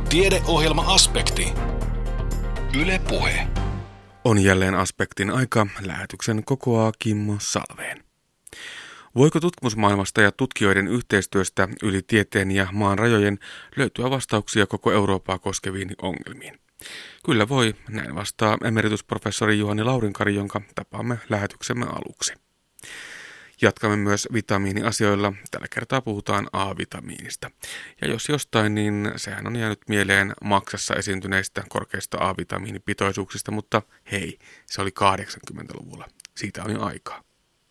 Tiedeohjelma-aspekti. Yle Puhe. On jälleen aspektin aika. Lähetyksen kokoaa Kimmo Salveen. Voiko tutkimusmaailmasta ja tutkijoiden yhteistyöstä yli tieteen ja maan rajojen löytyä vastauksia koko Eurooppaa koskeviin ongelmiin? Kyllä voi, näin vastaa emeritusprofessori Juhani Laurinkari, jonka tapaamme lähetyksemme aluksi. Jatkamme myös vitamiiniasioilla. Tällä kertaa puhutaan A-vitamiinista. Ja jos jostain, niin sehän on jäänyt mieleen Maksassa esiintyneistä korkeista A-vitamiinipitoisuuksista, mutta hei, se oli 80-luvulla. Siitä on jo aikaa.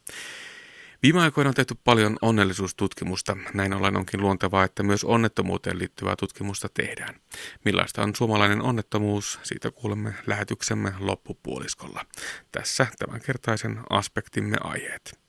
Viime aikoina on tehty paljon onnellisuustutkimusta. Näin ollen onkin luontevaa, että myös onnettomuuteen liittyvää tutkimusta tehdään. Millaista on suomalainen onnettomuus? Siitä kuulemme lähetyksemme loppupuoliskolla. Tässä tämänkertaisen aspektimme aiheet.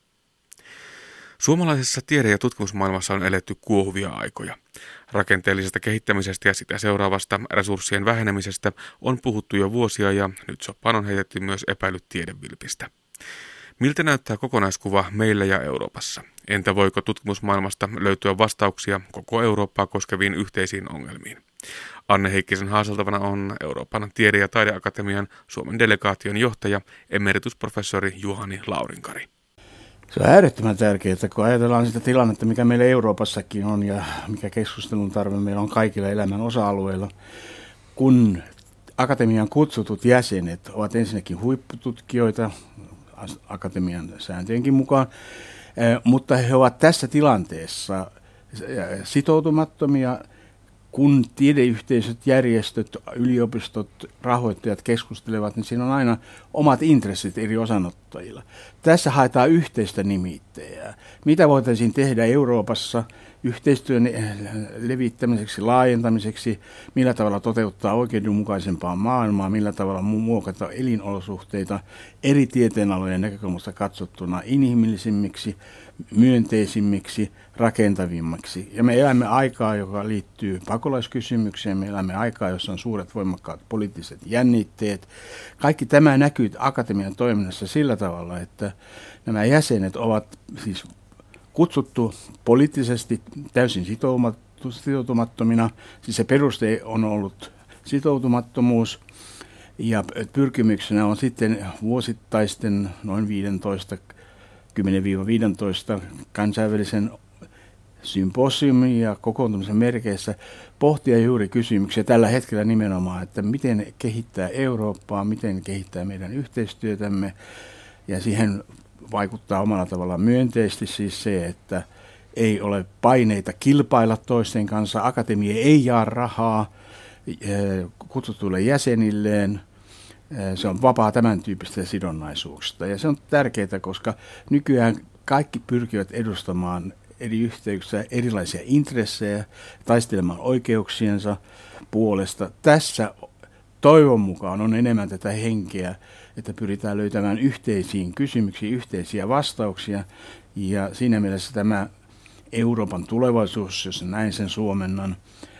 Suomalaisessa tiede- ja tutkimusmaailmassa on eletty kuohuvia aikoja. Rakenteellisesta kehittämisestä ja sitä seuraavasta resurssien vähenemisestä on puhuttu jo vuosia ja nyt soppaan on heitetty myös epäilyt tiedevilpistä. Miltä näyttää kokonaiskuva meillä ja Euroopassa? Entä voiko tutkimusmaailmasta löytyä vastauksia koko Eurooppaa koskeviin yhteisiin ongelmiin? Anne Heikkisen haaseltavana on Euroopan tiede- ja taideakatemian Suomen delegaation johtaja, emeritusprofessori Juhani Laurinkari. Se on äärettömän tärkeää, kun ajatellaan sitä tilannetta, mikä meillä Euroopassakin on ja mikä keskustelun tarve meillä on kaikilla elämän osa-alueilla, kun akatemian kutsutut jäsenet ovat ensinnäkin huippututkijoita akatemian sääntöjenkin mukaan, mutta he ovat tässä tilanteessa sitoutumattomia, kun tiedeyhteisöt, järjestöt, yliopistot, rahoittajat keskustelevat, niin siinä on aina omat intressit eri osanottajilla. Tässä haetaan yhteistä nimittäjää. Mitä voitaisiin tehdä Euroopassa yhteistyön levittämiseksi, laajentamiseksi, millä tavalla toteuttaa oikeudenmukaisempaa maailmaa, millä tavalla muokata elinolosuhteita eri tieteenalojen näkökulmasta katsottuna inhimillisimmiksi, myönteisimmiksi, rakentavimmaksi. Ja me elämme aikaa, joka liittyy pakolaiskysymykseen, me elämme aikaa, jossa on suuret voimakkaat poliittiset jännitteet. Kaikki tämä näkyy akatemian toiminnassa sillä tavalla, että nämä jäsenet ovat siis kutsuttu poliittisesti täysin sitoutumattomina. Siis se peruste on ollut sitoutumattomuus ja pyrkimyksenä on sitten vuosittaisten noin 10-15 kansainvälisen symposiumin ja kokoontumisen merkeissä pohtia juuri kysymyksiä tällä hetkellä nimenomaan, että miten kehittää Eurooppaa, miten kehittää meidän yhteistyötämme ja siihen vaikuttaa omalla tavallaan myönteisesti siis se, että ei ole paineita kilpailla toisten kanssa, akatemia ei jaa rahaa kutsutuille jäsenilleen, se on vapaa tämän tyyppistä sidonnaisuuksista ja se on tärkeää, koska nykyään kaikki pyrkivät edustamaan eri yhteyksissä erilaisia intressejä, taistelemaan oikeuksiensa puolesta. Tässä toivon mukaan on enemmän tätä henkeä, että pyritään löytämään yhteisiin kysymyksiin yhteisiä vastauksia. Ja siinä mielessä tämä Euroopan tulevaisuus, jos näin sen suomennan,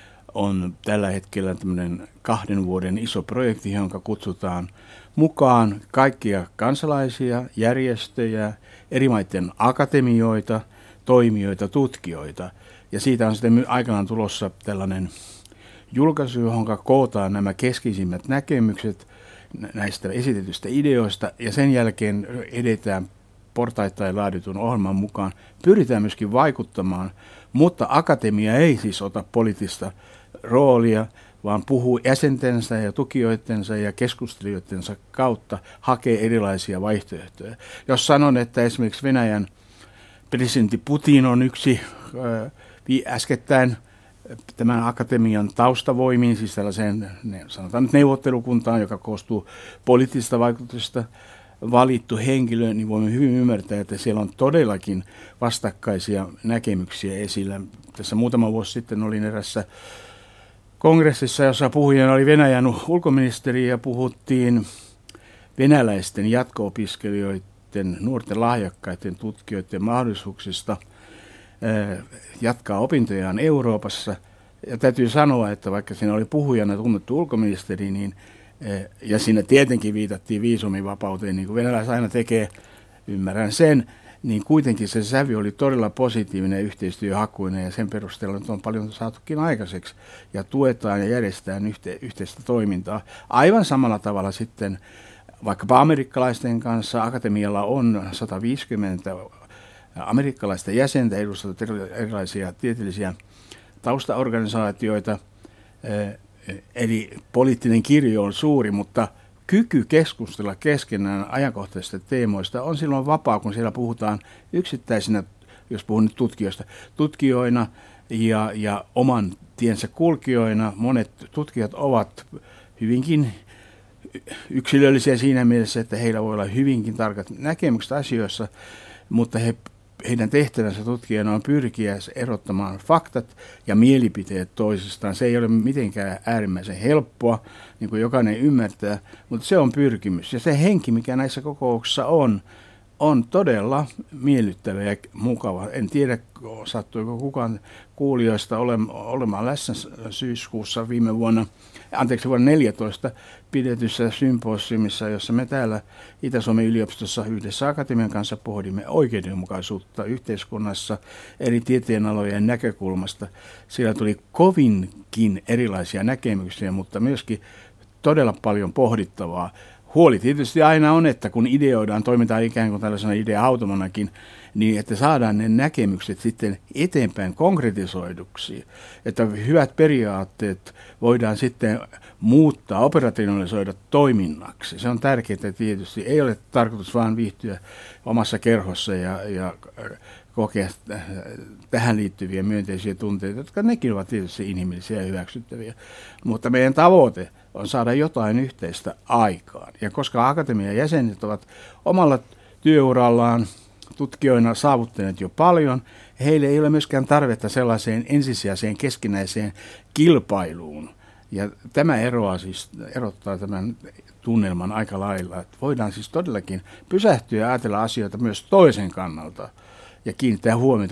on tällä hetkellä tämmöinen 2 vuoden iso projekti, jonka kutsutaan mukaan kaikkia kansalaisia, järjestöjä, eri maiden akatemioita, toimijoita, tutkijoita. Ja siitä on sitten aikanaan tulossa tällainen julkaisu, johon kootaan nämä keskeisimmät näkemykset näistä esitetyistä ideoista ja sen jälkeen edetään portaittain laaditun ohjelman mukaan. Pyritään myöskin vaikuttamaan, mutta akatemia ei siis ota poliittista roolia, vaan puhuu jäsentensä ja tukijoittensa ja keskustelijoittensa kautta, hakee erilaisia vaihtoehtoja. Jos sanon, että esimerkiksi Venäjän presidentti Putin on yksi äskettäin tämän akatemian taustavoimiin, siis tällaiseen sanotaan nyt neuvottelukuntaan, joka koostuu poliittisista vaikutuksista valittu henkilö, niin voimme hyvin ymmärtää, että siellä on todellakin vastakkaisia näkemyksiä esillä. Tässä muutama vuosi sitten olin erässä kongressissa, jossa puhujana oli Venäjän ulkoministeri ja puhuttiin venäläisten jatko-opiskelijoiden, nuorten lahjakkaiden tutkijoiden mahdollisuuksista jatkaa opintojaan Euroopassa. Ja täytyy sanoa, että vaikka siinä oli puhujana tunnettu ulkoministeri, niin, ja siinä tietenkin viitattiin viisumivapauteen, niin kuin venäläiset aina tekee, ymmärrän sen, niin kuitenkin se sävy oli todella positiivinen yhteistyöhakuinen ja sen perusteella on paljon saatukin aikaiseksi ja tuetaan ja järjestetään yhteistä toimintaa. Aivan samalla tavalla sitten vaikkapa amerikkalaisten kanssa akatemialla on 150 amerikkalaista jäsentä, edustavat erilaisia tieteellisiä taustaorganisaatioita, eli poliittinen kirjo on suuri, mutta kyky keskustella keskenään ajankohtaisista teemoista on silloin vapaa, kun siellä puhutaan yksittäisinä, jos puhun nyt tutkijoina ja oman tiensä kulkijoina. Monet tutkijat ovat hyvinkin yksilöllisiä siinä mielessä, että heillä voi olla hyvinkin tarkat näkemykset asioissa, mutta heidän tehtävänsä tutkijana on pyrkiä erottamaan faktat ja mielipiteet toisistaan. Se ei ole mitenkään äärimmäisen helppoa, niin kuin jokainen ymmärtää, mutta se on pyrkimys. Ja se henki, mikä näissä kokouksissa on todella miellyttävä ja mukava. En tiedä, sattuiko kukaan kuulijoista olemaan läsnä syyskuussa vuonna 2014 pidetyssä symposiumissa, jossa me täällä Itä-Suomen yliopistossa yhdessä akatemian kanssa pohdimme oikeudenmukaisuutta yhteiskunnassa eri tieteenalojen näkökulmasta. Siellä tuli kovinkin erilaisia näkemyksiä, mutta myöskin todella paljon pohdittavaa. Huoli tietysti aina on, että kun ideoidaan, toimitaan ikään kuin tällaisena idea-automanakin, niin että saadaan ne näkemykset sitten eteenpäin konkretisoiduksi. Että hyvät periaatteet voidaan sitten muuttaa, operationalisoida toiminnaksi. Se on tärkeää tietysti. Ei ole tarkoitus vaan viihtyä omassa kerhossa ja kokea tähän liittyviä myönteisiä tunteita, jotka nekin ovat tietysti inhimillisiä ja hyväksyttäviä. Mutta meidän tavoite on saada jotain yhteistä aikaan. Ja koska akatemian jäsenet ovat omalla työurallaan tutkijoina saavuttaneet jo paljon, heille ei ole myöskään tarvetta sellaiseen ensisijaiseen keskinäiseen kilpailuun. Ja tämä erottaa tämän tunnelman aika lailla, että voidaan siis todellakin pysähtyä ja ajatella asioita myös toisen kannalta ja kiinnittää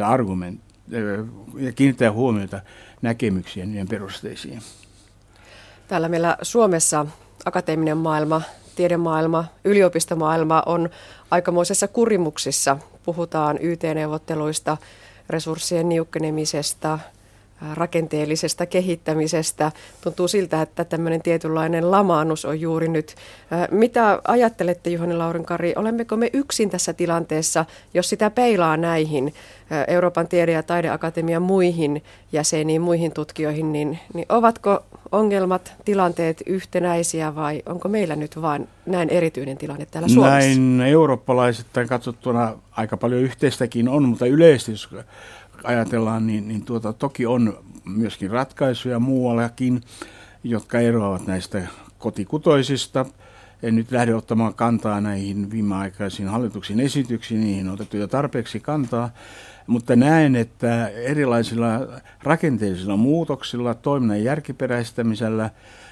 huomiota näkemyksiin ja niiden perusteisiin. Täällä meillä Suomessa akateeminen maailma, tiedemaailma, yliopistomaailma on aikamoisessa kurimuksissa. Puhutaan YT-neuvotteluista, resurssien niukkenemisesta, rakenteellisesta kehittämisestä. Tuntuu siltä, että tämmöinen tietynlainen lamaannus on juuri nyt. Mitä ajattelette, Juhani Laurin-Kari, olemmeko me yksin tässä tilanteessa, jos sitä peilaa näihin Euroopan tiede- ja taideakatemian muihin jäseniin, muihin tutkijoihin, niin ovatko ongelmat, tilanteet yhtenäisiä vai onko meillä nyt vain näin erityinen tilanne täällä Suomessa? Näin eurooppalaisittain katsottuna aika paljon yhteistäkin on, mutta yleisesti jos ajatellaan, niin toki on myöskin ratkaisuja muuallakin, jotka eroavat näistä kotikutoisista. En nyt lähde ottamaan kantaa näihin viimeaikaisiin hallituksen esityksiin, niihin on otettu jo tarpeeksi kantaa, mutta näen, että erilaisilla rakenteellisilla muutoksilla, toiminnan järkiperäistämisellä,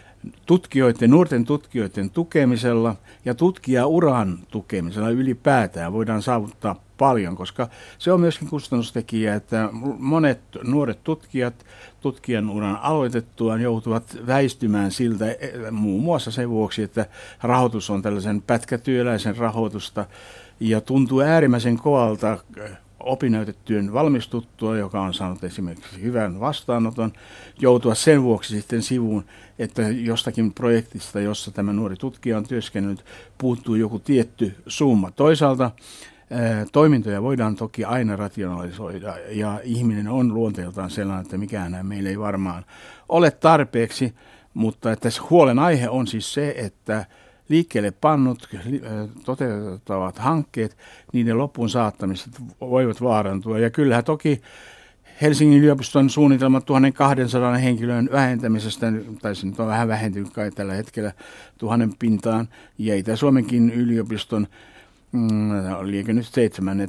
nuorten tutkijoiden tukemisella ja tutkijauran tukemisella ylipäätään voidaan saavuttaa paljon, koska se on myöskin kustannustekijä, että monet nuoret tutkijat tutkijan uran aloitettuaan joutuvat väistymään siltä muun muassa sen vuoksi, että rahoitus on tällaisen pätkätyöläisen rahoitusta ja tuntuu äärimmäisen kovalta opinnäytetyön valmistuttua, joka on saanut esimerkiksi hyvän vastaanoton, joutua sen vuoksi sitten sivuun, että jostakin projektista, jossa tämä nuori tutkija on työskennellyt, puuttuu joku tietty summa. Toisaalta toimintoja voidaan toki aina rationalisoida ja ihminen on luonteeltaan sellainen, että mikään meillä ei varmaan ole tarpeeksi, mutta että huolenaihe on siis se, että liikkeelle pannut toteutettavat hankkeet, niiden loppuun saattamiset voivat vaarantua. Ja kyllähän toki Helsingin yliopiston suunnitelma 1200 henkilön vähentämisestä, tai se nyt on vähän vähentynyt kai tällä hetkellä 1000 pintaan, ja Itä-Suomenkin yliopiston, oliko nyt 7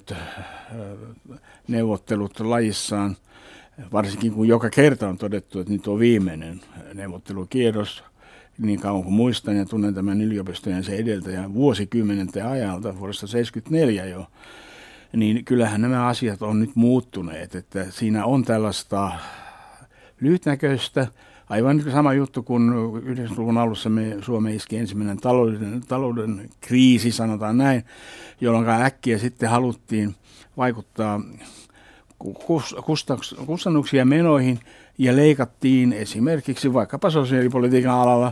neuvottelut lajissaan, varsinkin kun joka kerta on todettu, että nyt on viimeinen neuvottelukierros, niin kauan kuin muistan ja tunnen tämän yliopiston ja sen edeltäjän vuosikymmenten ajalta, vuodesta 1974 jo, niin kyllähän nämä asiat on nyt muuttuneet, että siinä on tällaista lyhytnäköistä, Aivan sama juttu, kun 90-luvun alussa Suomeen iski ensimmäinen talouden kriisi, sanotaan näin, jolloin äkkiä sitten haluttiin vaikuttaa kustannuksia menoihin ja leikattiin esimerkiksi vaikkapa sosiaalipolitiikan alalla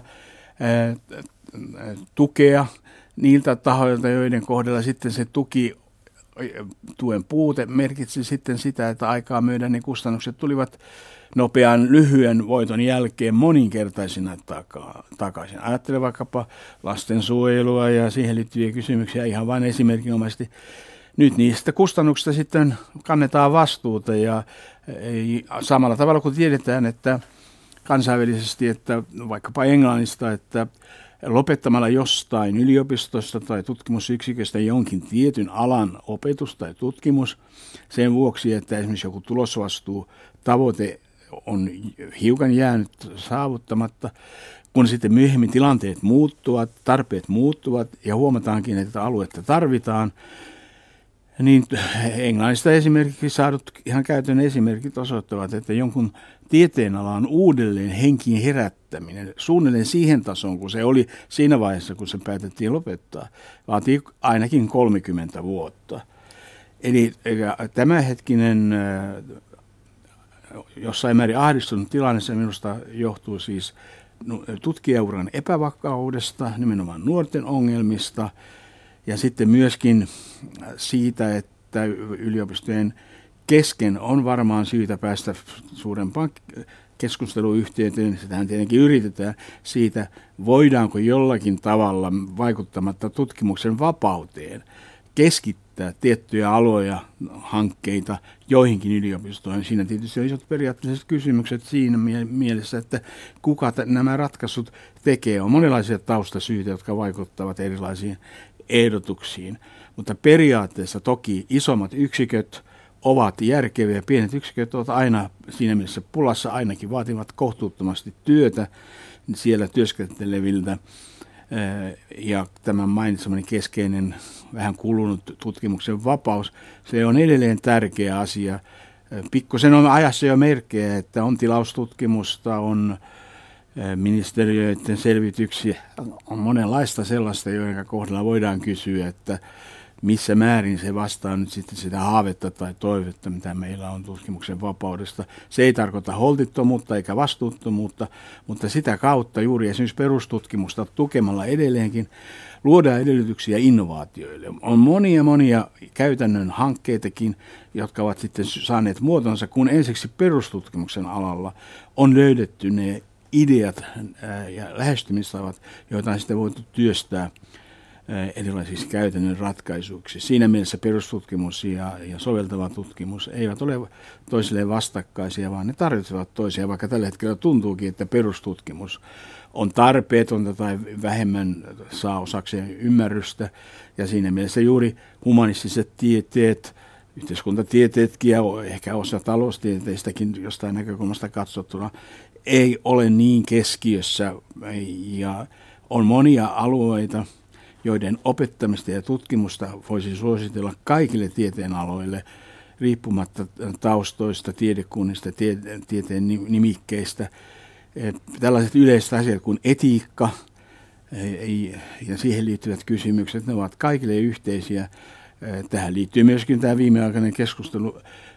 tukea niiltä tahoilta, joiden kohdalla sitten se tuen puute merkitsi sitten sitä, että aikaa myöden ne kustannukset tulivat nopean, lyhyen voiton jälkeen moninkertaisina takaisin. Ajattelen vaikkapa lastensuojelua ja siihen liittyviä kysymyksiä ihan vain esimerkinomaisesti. Nyt niistä kustannuksista sitten kannetaan vastuuta ja samalla tavalla kuin tiedetään, että kansainvälisesti, että vaikkapa Englannista, että lopettamalla jostain yliopistosta tai tutkimusyksiköstä jonkin tietyn alan opetus tai tutkimus sen vuoksi, että esimerkiksi joku tulosvastuutavoite on hiukan jäänyt saavuttamatta, kun sitten myöhemmin tilanteet muuttuvat, tarpeet muuttuvat ja huomataankin, että aluetta tarvitaan, niin Englannista esimerkiksi saadut ihan käytännön esimerkit osoittavat, että jonkun tieteenalan uudelleen henkiin herättäminen suunnilleen siihen tasoon, kun se oli siinä vaiheessa, kun se päätettiin lopettaa, vaatii ainakin 30 vuotta. Eli tämänhetkinen jossain määrin ahdistunut tilanne, se minusta johtuu siis tutkijauran epävakaudesta, nimenomaan nuorten ongelmista, ja sitten myöskin siitä, että yliopistojen kesken on varmaan syytä päästä suurempaan keskusteluyhteyteen, sitähän tietenkin yritetään, siitä voidaanko jollakin tavalla vaikuttamatta tutkimuksen vapauteen keskittää tiettyjä aloja, hankkeita joihinkin yliopistoihin. Siinä tietysti on isot periaatteelliset kysymykset siinä mielessä, että kuka nämä ratkaisut tekee. On monenlaisia taustasyitä, jotka vaikuttavat erilaisiin ehdotuksiin, mutta periaatteessa toki isommat yksiköt ovat järkeviä. Pienet yksiköt ovat aina siinä mielessä pulassa, ainakin vaativat kohtuuttomasti työtä siellä työskenteleviltä. Ja tämän mainitsemani keskeinen, vähän kulunut tutkimuksen vapaus, se on edelleen tärkeä asia. Pikkusen on ajassa jo merkkejä, että on tilaustutkimusta, on ministeriöiden selvityksiä, on monenlaista sellaista, joiden kohdalla voidaan kysyä, että missä määrin se vastaa nyt sitten sitä haavetta tai toivetta, mitä meillä on tutkimuksen vapaudesta. Se ei tarkoita holtittomuutta eikä vastuuttomuutta, mutta sitä kautta juuri esimerkiksi perustutkimusta tukemalla edelleenkin luodaan edellytyksiä innovaatioille. On monia käytännön hankkeitakin, jotka ovat sitten saaneet muotonsa, kun ensiksi perustutkimuksen alalla on löydetty ne ideat ja lähestymistavat, joita on sitten voitu työstää erilaisissa käytännön ratkaisuiksi. Siinä mielessä perustutkimus ja soveltava tutkimus eivät ole toisilleen vastakkaisia, vaan ne tarvitsevat toisiaan, vaikka tällä hetkellä tuntuukin, että perustutkimus on tarpeetonta tai vähemmän saa osakseen ymmärrystä. Ja siinä mielessä juuri humanistiset tieteet, yhteiskuntatieteetkin ja ehkä osa taloustieteistäkin jostain näkökulmasta katsottuna ei ole niin keskiössä ja on monia alueita, joiden opettamista ja tutkimusta voisi suositella kaikille tieteenaloille riippumatta taustoista, tiedekunnista, tieteen nimikkeistä. Tällaiset yleiset asiat kuin etiikka ja siihen liittyvät kysymykset, ne ovat kaikille yhteisiä. Tähän liittyy myöskin tämä viimeaikainen keskustelu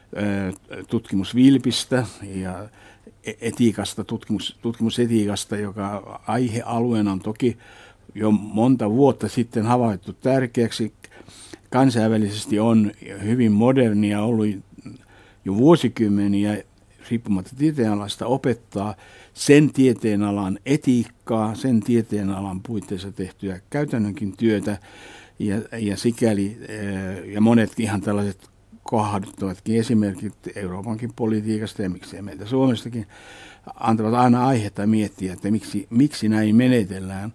tutkimusvilpistä ja etiikasta, tutkimusetiikasta, joka aihealueena on toki jo monta vuotta sitten havaittu tärkeäksi. Kansainvälisesti on hyvin modernia ollut jo vuosikymmeniä riippumatta tieteenalasta opettaa sen tieteenalan etiikkaa, sen tieteenalan puitteissa tehtyä käytännönkin työtä ja sikäli, ja monet ihan tällaiset kohduttavatkin esimerkit Euroopankin politiikasta ja miksei meiltä Suomestakin antavat aina aihetta miettiä, että miksi näin menetellään.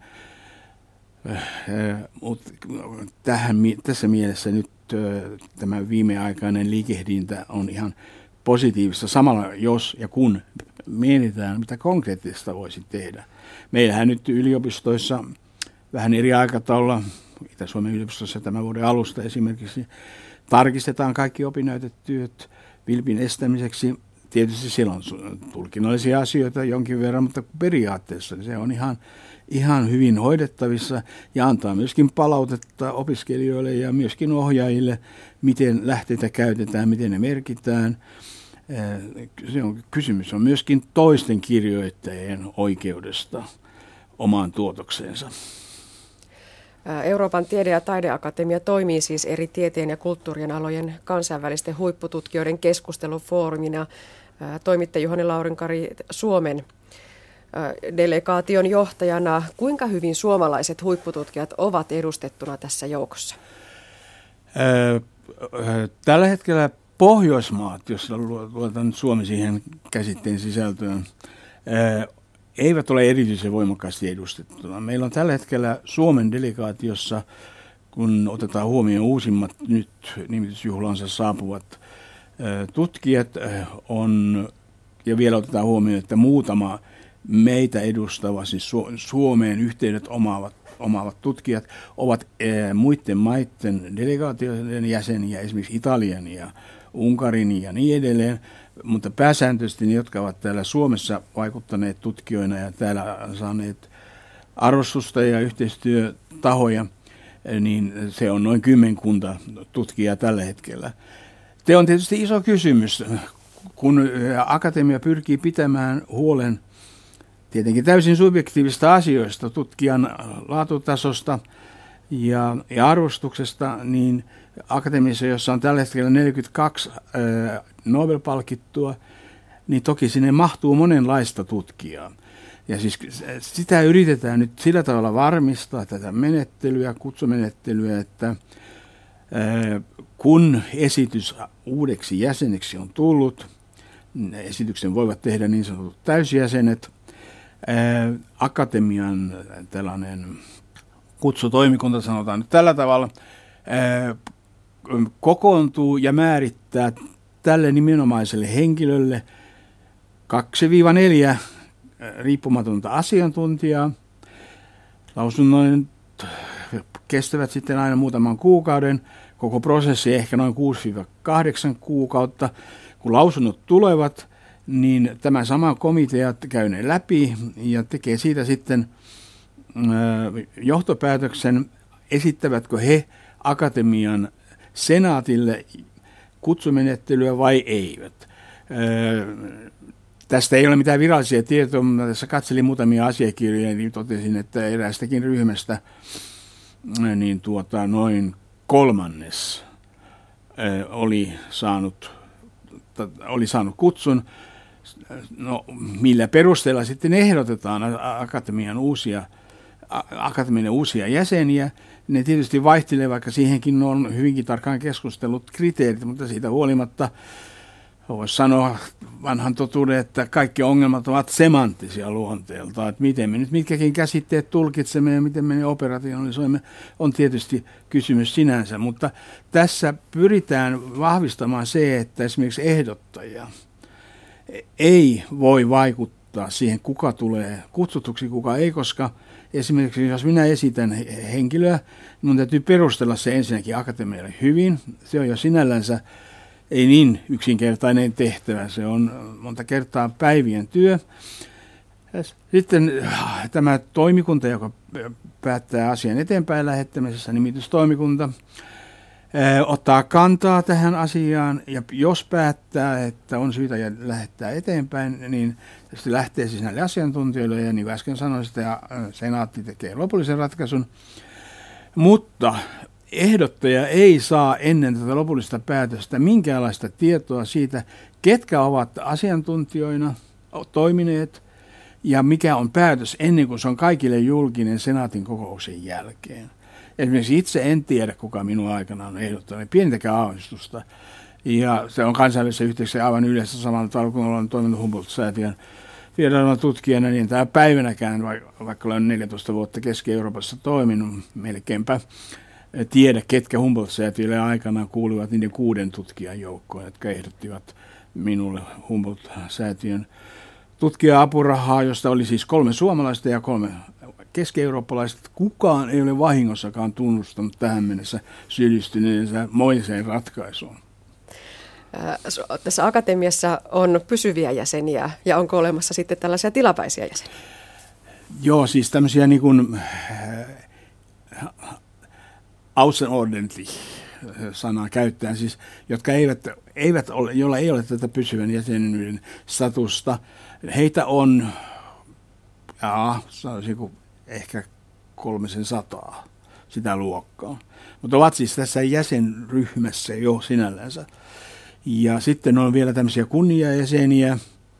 Mutta tässä mielessä nyt tämä viimeaikainen liikehdintä on ihan positiivista. Samalla jos ja kun mietitään, mitä konkreettista voisi tehdä. Meillähän nyt yliopistoissa vähän eri aikataululla, Itä-Suomen yliopistossa tämän vuoden alusta esimerkiksi, tarkistetaan kaikki opinnäytetyöt vilpin estämiseksi. tietysti siellä on tulkinnallisia asioita jonkin verran, mutta periaatteessa se on ihan hyvin hoidettavissa ja antaa myöskin palautetta opiskelijoille ja myöskin ohjaajille, miten lähteitä käytetään, miten ne merkitään. Kysymys on myöskin toisten kirjoittajien oikeudesta omaan tuotokseensa. Euroopan tiede- ja taideakatemia toimii siis eri tieteen ja kulttuurien alojen kansainvälisten huippututkijoiden keskustelufoorumina. Toimitte Juhani Laurinkari Suomen delegaation johtajana. Kuinka hyvin suomalaiset huippututkijat ovat edustettuna tässä joukossa? Tällä hetkellä Pohjoismaat, jos luotan Suomi siihen käsitteen sisältöön, eivät ole erityisen voimakkaasti edustettuna. Meillä on tällä hetkellä Suomen delegaatiossa, kun otetaan huomioon uusimmat nyt nimitysjuhlansa saapuvat tutkijat, ja vielä otetaan huomioon, että muutama meitä edustava, siis Suomeen yhteydet omaavat tutkijat ovat muiden maiden delegaatioiden jäseniä, esimerkiksi Italian ja Unkarin ja niin edelleen, mutta pääsääntöisesti ne, jotka ovat täällä Suomessa vaikuttaneet tutkijoina ja täällä saaneet arvostusta ja yhteistyötahoja, niin se on noin 10 tutkijaa tällä hetkellä. Te on tietysti iso kysymys, kun akatemia pyrkii pitämään huolen tietenkin täysin subjektiivista asioista, tutkijan laatutasosta ja arvostuksesta, niin akatemiassa, jossa on tällä hetkellä 42 Nobel-palkittua, niin toki sinne mahtuu monenlaista tutkijaa. Ja siis sitä yritetään nyt sillä tavalla varmistaa, tätä menettelyä, kutsumenettelyä, että kun esitys uudeksi jäseneksi on tullut, esityksen voivat tehdä niin sanotut täysjäsenet, akatemian tällainen kutsutoimikunta, sanotaan nyt tällä tavalla, kokoontuu ja määrittää tälle nimenomaiselle henkilölle 2-4 riippumatonta asiantuntijaa. Lausunnot kestävät sitten aina muutaman kuukauden, koko prosessi ehkä noin 6-8 kuukautta. Kun lausunnot tulevat, niin tämä sama komitea käy ne läpi ja tekee siitä sitten johtopäätöksen, esittävätkö he akatemian senaatille kutsumenettelyä vai eivät. Tästä ei ole mitään virallisia tietoja, mutta tässä katselin muutamia asiakirjoja, niin totesin, että eräästäkin ryhmästä niin noin 1/3 oli saanut kutsun. No, millä perusteella sitten ehdotetaan akatemian uusia jäseniä. Ne tietysti vaihtelee, vaikka siihenkin on hyvinkin tarkkaan keskustellut kriteerit, mutta siitä huolimatta voisi sanoa vanhan totuuden, että kaikki ongelmat ovat semanttisia luonteelta. Että miten me nyt mitkäkin käsitteet tulkitsemme ja miten me ne operationalisoimme, on tietysti kysymys sinänsä. Mutta tässä pyritään vahvistamaan se, että esimerkiksi ehdottaja ei voi vaikuttaa siihen, kuka tulee kutsutuksi, kuka ei, koska esimerkiksi jos minä esitän henkilöä, minun täytyy perustella se ensinnäkin akatemialle hyvin. Se on jo sinällänsä ei niin yksinkertainen tehtävä, se on monta kertaa päivien työ. Sitten tämä toimikunta, joka päättää asian eteenpäin lähettämisessä, nimitystoimikunta, ottaa kantaa tähän asiaan, ja jos päättää, että on syytä lähettää eteenpäin, niin se lähtee siis näille asiantuntijoille, ja niin kuin äsken sanoin, että senaatti tekee lopullisen ratkaisun. Mutta ehdottaja ei saa ennen tätä lopullista päätöstä minkäänlaista tietoa siitä, ketkä ovat asiantuntijoina toimineet, ja mikä on päätös ennen kuin se on kaikille julkinen senaatin kokouksen jälkeen. Esimerkiksi itse en tiedä, kuka minun aikana on ehdottanut, pienintäkään aavistusta. Ja se on kansainvälisessä yhteydessä aivan yleensä samalla tavalla, kun olen toiminut Humboldt-säätiön vierailuna tutkijana, niin tämä päivänäkään, vaikka olen 14 vuotta Keski-Euroopassa toiminut, melkeinpä tiedä, ketkä Humboldt-säätiölle aikanaan kuuluvat niiden 6 tutkijan joukkoon, jotka ehdottivat minulle Humboldt-säätiön tutkija-apurahaa, josta oli siis 3 suomalaista ja 3 keski-eurooppalaiset. Kukaan ei ole vahingossakaan tunnustanut tähän mennessä syyllistyneensä moiseen ratkaisuun. tässä akatemiassa on pysyviä jäseniä ja onko olemassa sitten tällaisia tilapäisiä jäseniä? Joo, siis tämmöisiä niin kuin außerordentlich sanaa käyttäen, siis, jotka eivät ole, joilla ei ole tätä pysyvän jäsenyyden statusta. Heitä on, sanoisinko, ehkä 300 sitä luokkaa. Mutta ovat siis tässä jäsenryhmässä jo sinällänsä. Ja sitten on vielä tämmöisiä kunniajäseniä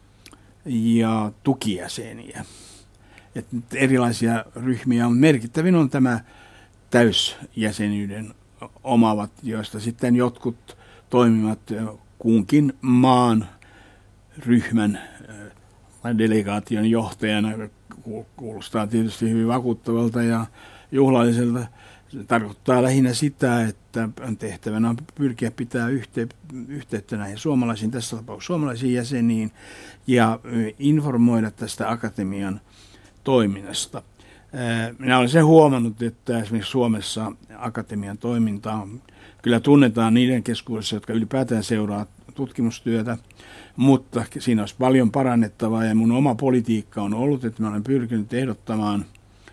ja tukijäseniä. Et erilaisia ryhmiä on. Merkittävin on tämä täysjäsenyyden omaavat, joista sitten jotkut toimivat kunkin maan ryhmän delegaation johtajana. Kuulostaa tietysti hyvin vakuuttavalta ja juhlalliselta. Se tarkoittaa lähinnä sitä, että tehtävänä on pyrkiä pitää yhteyttä näihin suomalaisiin, tässä tapauksessa suomalaisiin jäseniin, ja informoida tästä akatemian toiminnasta. Minä olen sen huomannut, että esimerkiksi Suomessa akatemian toimintaa kyllä tunnetaan niiden keskuudessa, jotka ylipäätään seuraa tutkimustyötä, mutta siinä olisi paljon parannettavaa, ja mun oma politiikka on ollut, että mä olen pyrkinyt ehdottamaan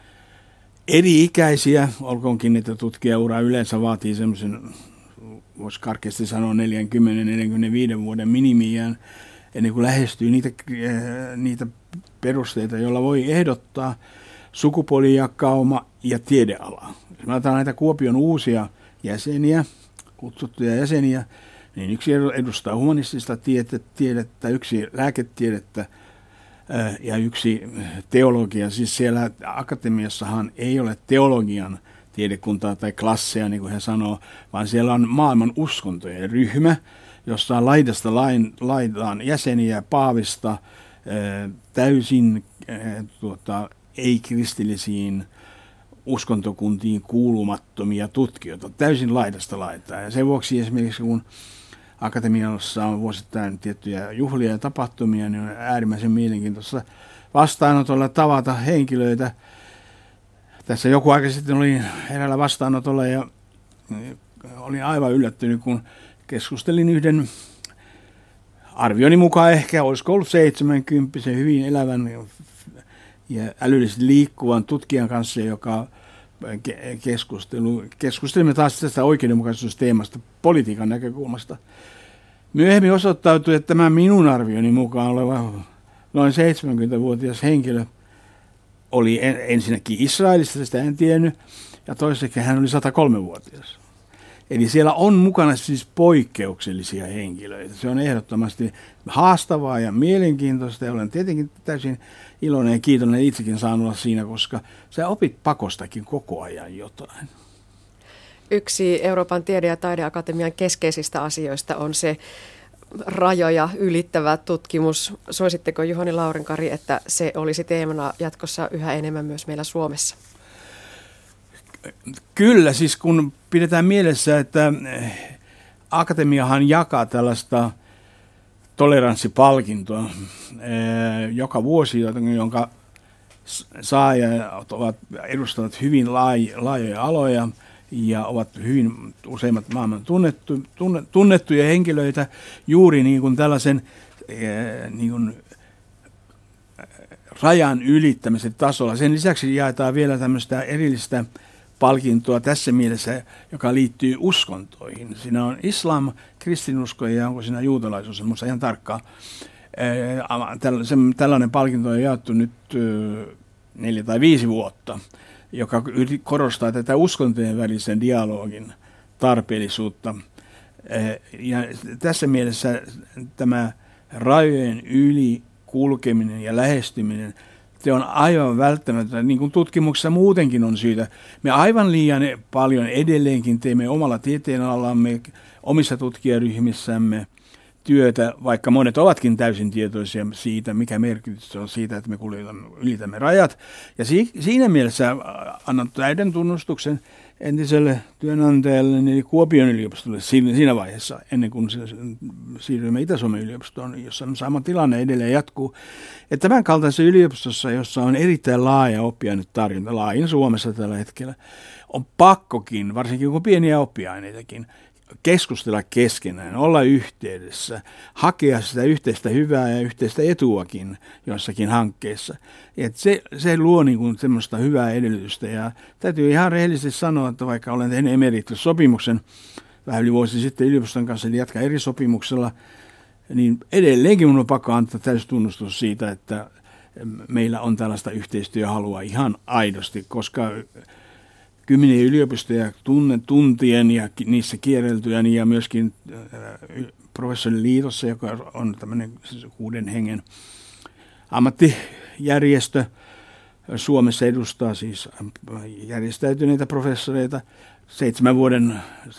eri-ikäisiä, olkoonkin, että tutkijaura yleensä vaatii semmoisen, voisi karkeasti sanoa 40-45 vuoden minimiään, ennen kuin lähestyy niitä perusteita, joilla voi ehdottaa sukupuolijakauma ja tiedeala. Jos mä otan näitä Kuopion uusia jäseniä, kutsuttuja jäseniä, niin yksi edustaa humanistista tiedettä, yksi lääketiedettä ja yksi teologia. Siis siellä akatemiassahan ei ole teologian tiedekuntaa tai klasseja, niin kuin he sanoo, vaan siellä on maailman uskontojen ryhmä, jossa on laidasta laitaan jäseniä paavista täysin ei-kristillisiin uskontokuntiin kuulumattomia tutkijoita, täysin laidasta laitaan. Ja sen vuoksi esimerkiksi kun akatemiassa on vuosittain tiettyjä juhlia ja tapahtumia, niin on äärimmäisen mielenkiintoista vastaanotolla tavata henkilöitä. Tässä joku aika sitten olin eräällä vastaanotolla ja olin aivan yllättynyt, kun keskustelin yhden arvioni mukaan ehkä, olisiko ollut 70, hyvin elävän ja älyllisesti liikkuvan tutkijan kanssa, joka keskustelimme taas tästä oikeudenmukaisuusteemasta politiikan näkökulmasta. Myöhemmin osoittautui, että tämä minun arvioni mukaan oleva noin 70-vuotias henkilö oli ensinnäkin Israelista, sitä en tiennyt, ja toiseksi hän oli 103-vuotias. Eli siellä on mukana siis poikkeuksellisia henkilöitä. Se on ehdottomasti haastavaa ja mielenkiintoista, ja olen tietenkin täysin iloinen ja kiitollinen itsekin saanut olla siinä, koska sä opit pakostakin koko ajan jotain. Yksi Euroopan tiede- ja taideakatemian keskeisistä asioista on se rajoja ylittävä tutkimus. Suositteko Juhani Laurenkari, että se olisi teemana jatkossa yhä enemmän myös meillä Suomessa? Kyllä, siis kun pidetään mielessä, että akatemiahan jakaa tällaista toleranssipalkintoa joka vuosi, jonka saajat edustavat hyvin laajoja aloja ja ovat hyvin useimmat maailman tunnettuja henkilöitä juuri niin kuin tällaisen niin kuin rajan ylittämisen tasolla. Sen lisäksi jaetaan vielä tämmöistä erillistä palkintoa tässä mielessä, joka liittyy uskontoihin. Siinä on islam, kristinusko ja onko siinä juutalaisuus, en muista ihan tarkkaan. Tällainen palkinto on jaettu nyt 4 tai 5 vuotta, joka korostaa tätä uskontojen välisen dialogin tarpeellisuutta. Ja tässä mielessä tämä rajojen yli kulkeminen ja lähestyminen, se on aivan välttämätöntä, niin kuin tutkimuksessa muutenkin on syytä. Me aivan liian paljon edelleenkin teemme omalla tieteenalallamme, omissa tutkijaryhmissämme työtä, vaikka monet ovatkin täysin tietoisia siitä, mikä merkitys on siitä, että me ylitämme rajat. Ja siinä mielessä annan täyden tunnustuksen entiselle työnantajalle, eli Kuopion yliopistolle siinä vaiheessa, ennen kuin siirrymme Itä-Suomen yliopistoon, jossa sama tilanne edelleen jatkuu. Että tämän kaltaisessa yliopistossa, jossa on erittäin laaja oppiainetarjonta, laajin Suomessa tällä hetkellä, on pakkokin, varsinkin kun pieniä oppiaineitakin, keskustella keskenään, olla yhteydessä, hakea sitä yhteistä hyvää ja yhteistä etuakin jossakin hankkeessa. Et se luo niin kuin semmoista hyvää edellytystä ja täytyy ihan rehellisesti sanoa, että vaikka olen tehnyt emeritussopimuksen vähän yli vuosi sitten yliopiston kanssa, eli jatkaa eri sopimuksella, niin edelleenkin minun on pakko antaa täysi tunnustus siitä, että meillä on tällaista yhteistyöhalua ihan aidosti, koska kymmeniä yliopistoja tuntien ja niissä kierreltyjä ja myöskin professoriliitossa, joka on tämmöinen 6 hengen ammattijärjestö, Suomessa edustaa siis järjestäytyneitä professoreita 7 vuoden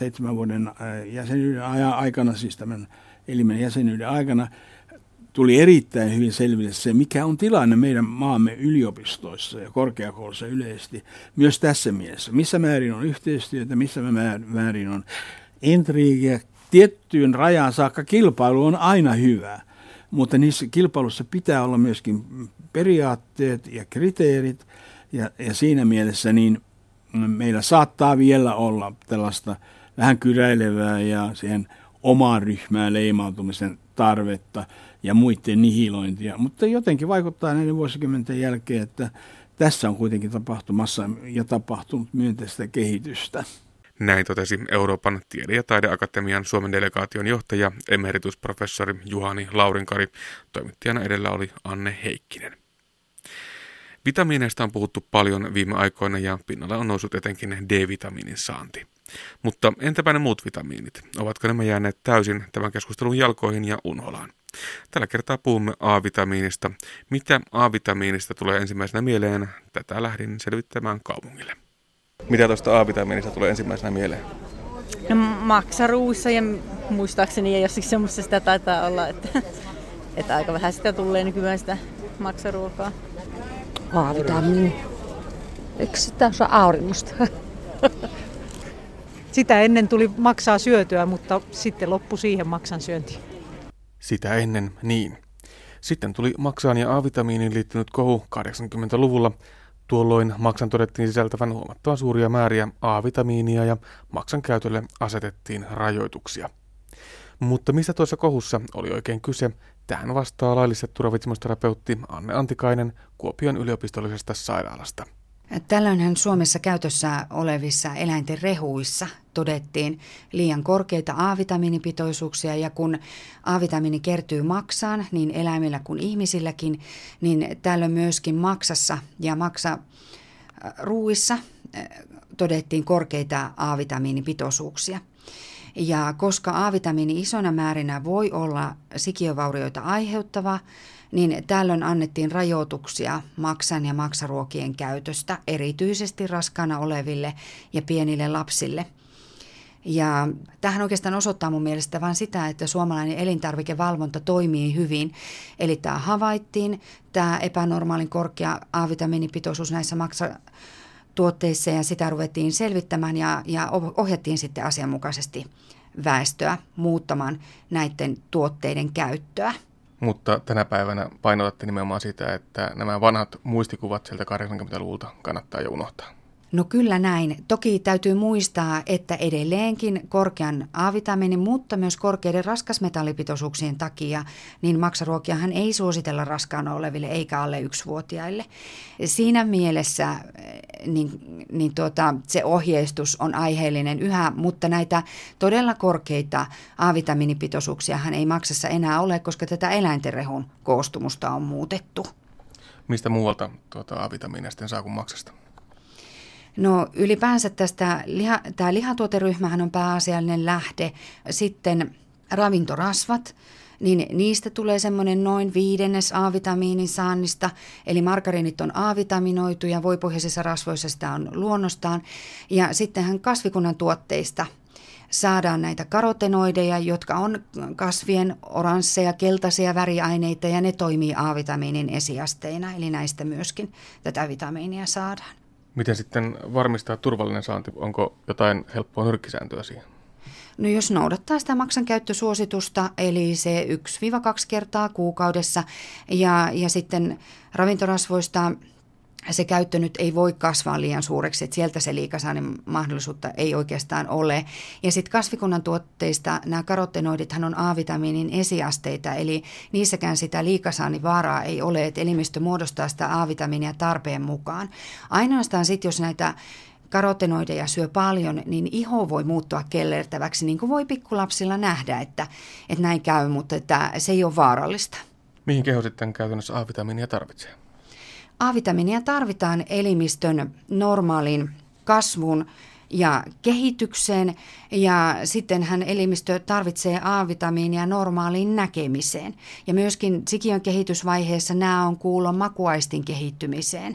jäsenyyden aikana, siis tämän elimen jäsenyyden aikana, tuli erittäin hyvin selville se, mikä on tilanne meidän maamme yliopistoissa ja korkeakoulussa yleisesti. Myös tässä mielessä, missä määrin on yhteistyötä, missä määrin on intriigiä. Tiettyyn rajaan saakka kilpailu on aina hyvä, mutta niissä kilpailussa pitää olla myöskin periaatteet ja kriteerit. Ja siinä mielessä niin meillä saattaa vielä olla tällaista vähän kyräilevää ja siihen omaan ryhmään leimautumisen tarvetta ja muiden nihilointia, mutta jotenkin vaikuttaa näiden vuosikymmenten jälkeen, että tässä on kuitenkin tapahtumassa ja tapahtunut myönteistä kehitystä. Näin totesi Euroopan tiede- ja taideakatemian Suomen delegaation johtaja emeritusprofessori Juhani Laurinkari. Toimittajana edellä oli Anne Heikkinen. Vitamiineista on puhuttu paljon viime aikoina ja pinnalle on noussut etenkin D-vitamiinin saanti. Mutta entäpä ne muut vitamiinit? Ovatko nämä jääneet täysin tämän keskustelun jalkoihin ja unholaan? Tällä kertaa puhumme A-vitamiinista. Mitä A-vitamiinista tulee ensimmäisenä mieleen? Tätä lähdin selvittämään kaupungille. Mitä tuosta A-vitamiinista tulee ensimmäisenä mieleen? No maksaruuissa ja muistaakseni ja jossakin semmoista sitä taitaa olla, että aika vähän sitä tulee nykyään sitä maksaruokaa. A-vitamiini. Eikö sitä osaa auringosta? Sitä ennen tuli maksaa syötyä, mutta sitten loppui siihen maksan syöntiin. Sitä ennen, niin. Sitten tuli maksaan ja A-vitamiiniin liittynyt kohu 80-luvulla. Tuolloin maksan todettiin sisältävän huomattavan suuria määriä A-vitamiinia ja maksan käytölle asetettiin rajoituksia. Mutta mistä tuossa kohussa oli oikein kyse? Tähän vastaa laillistettu ravitsemusterapeutti Anne Antikainen Kuopion yliopistollisesta sairaalasta. Tällöinhän Suomessa käytössä olevissa eläinten rehuissa todettiin liian korkeita A-vitamiinipitoisuuksia ja kun A-vitamiini kertyy maksaan niin eläimillä kuin ihmisilläkin, niin tällöin myöskin maksassa ja maksaruuissa todettiin korkeita A-vitamiinipitoisuuksia. Ja koska A-vitamiini isona määrinä voi olla sikiövaurioita aiheuttava, niin tällöin annettiin rajoituksia maksan ja maksaruokien käytöstä, erityisesti raskaana oleville ja pienille lapsille. Ja tähän oikeastaan osoittaa mun mielestä vain sitä, että suomalainen elintarvikevalvonta toimii hyvin. Eli tämä havaittiin, tämä epänormaalin korkea A-vitamiinipitoisuus näissä maksatuotteissa ja sitä ruvettiin selvittämään ja ohjattiin sitten asianmukaisesti väestöä muuttamaan näiden tuotteiden käyttöä. Mutta tänä päivänä painotatte nimenomaan sitä, että nämä vanhat muistikuvat sieltä 80-luvulta kannattaa jo unohtaa. No kyllä näin. Toki täytyy muistaa, että edelleenkin korkean A-vitamiinin, mutta myös korkeiden raskasmetallipitoisuuksien takia, niin maksaruokiahan ei suositella raskaana oleville eikä alle 1-vuotiaille. Siinä mielessä se ohjeistus on aiheellinen yhä, mutta näitä todella korkeita A-vitamiinipitoisuuksiahan ei maksassa enää ole, koska tätä eläintenrehun koostumusta on muutettu. Mistä muualta A-vitamiinia sitten saa kuin maksasta? No ylipäänsä tämä lihatuoteryhmähän on pääasiallinen lähde. Sitten ravintorasvat, niin niistä tulee semmoinen noin 1/5 A-vitamiinin saannista. Eli margariinit on A-vitaminoituja, voipohjaisissa rasvoissa sitä on luonnostaan. Ja sittenhän kasvikunnan tuotteista saadaan näitä karotenoideja, jotka on kasvien oransseja, keltaisia väriaineita ja ne toimii A-vitamiinin esiasteina. Eli näistä myöskin tätä vitamiinia saadaan. Miten sitten varmistaa turvallinen saanti? Onko jotain helppoa nyrkkisääntöä siihen? No jos noudattaa sitä maksankäyttösuositusta, eli se 1-2 kertaa kuukaudessa ja sitten ravintorasvoista se käyttö nyt ei voi kasvaa liian suureksi, että sieltä se liikasaannin mahdollisuutta ei oikeastaan ole. Ja sitten kasvikunnan tuotteista nämä karotenoidithan on A-vitamiinin esiasteita, eli niissäkään sitä liikasaannin vaaraa ei ole, että elimistö muodostaa sitä A-vitamiinia tarpeen mukaan. Ainoastaan sitten, jos näitä karotenoideja syö paljon, niin iho voi muuttua kellertäväksi, niin kuin voi pikkulapsilla nähdä, että näin käy, mutta että se ei ole vaarallista. Mihin keho sitten käytännössä A-vitamiinia tarvitsee? A-vitamiinia tarvitaan elimistön normaalin kasvun ja kehitykseen, ja sittenhän elimistö tarvitsee A-vitamiinia normaaliin näkemiseen. Ja myöskin sikiön kehitysvaiheessa nämä on kuulon makuaistin kehittymiseen.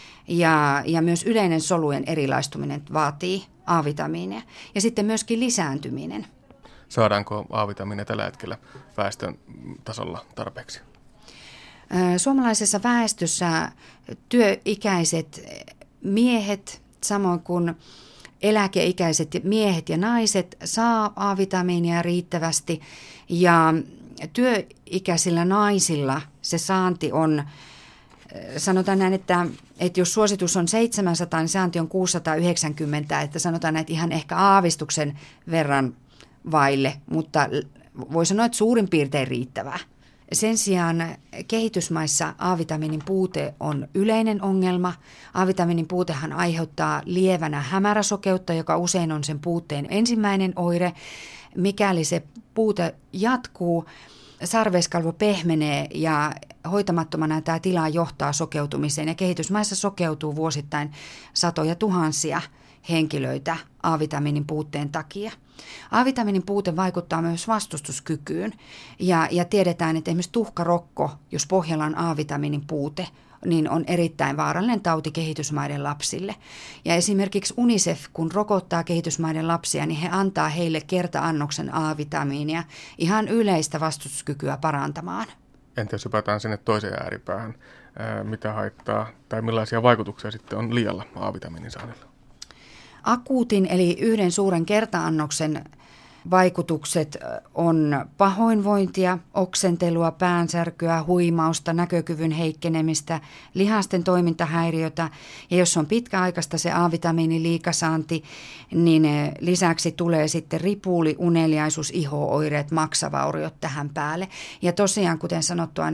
Ja myös yleinen solujen erilaistuminen vaatii A-vitamiinia. Ja sitten myöskin lisääntyminen. Saadaanko A-vitamiinia tällä hetkellä väestön tasolla tarpeeksi? Suomalaisessa väestössä työikäiset miehet, samoin kuin eläkeikäiset miehet ja naiset, saa A-vitamiinia riittävästi. Ja työikäisillä naisilla se saanti on, sanotaan näin, että jos suositus on 700, niin saanti on 690, että sanotaan näin, että ihan ehkä aavistuksen verran vaille, mutta voi sanoa, että suurin piirtein riittävää. Sen sijaan kehitysmaissa A-vitamiinin puute on yleinen ongelma. A-vitamiinin puutehan aiheuttaa lievänä hämäräsokeutta, joka usein on sen puutteen ensimmäinen oire. Mikäli se puute jatkuu, sarveskalvo pehmenee ja hoitamattomana tämä tila johtaa sokeutumiseen. Ja kehitysmaissa sokeutuu vuosittain satoja tuhansia henkilöitä A-vitamiinin puutteen takia. A-vitamiinin puute vaikuttaa myös vastustuskykyyn ja tiedetään, että esimerkiksi tuhkarokko, jos pohjalla on A-vitamiinin puute, niin on erittäin vaarallinen tauti kehitysmaiden lapsille. Ja esimerkiksi UNICEF, kun rokottaa kehitysmaiden lapsia, niin he antaa heille kerta-annoksen A-vitamiinia ihan yleistä vastustuskykyä parantamaan. Entä jos hypätään sinne toiseen ääripäähän, mitä haittaa tai millaisia vaikutuksia sitten on liialla A-vitamiinin saannilla? Akuutin eli yhden suuren kerta-annoksen vaikutukset on pahoinvointia, oksentelua, päänsärkyä, huimausta, näkökyvyn heikkenemistä, lihasten toimintahäiriötä. Ja jos on pitkäaikaista se A-vitamiinin liikasaanti, niin lisäksi tulee sitten ripuuli, uneliaisuus, iho-oireet, maksavauriot tähän päälle. Ja tosiaan, kuten sanottua,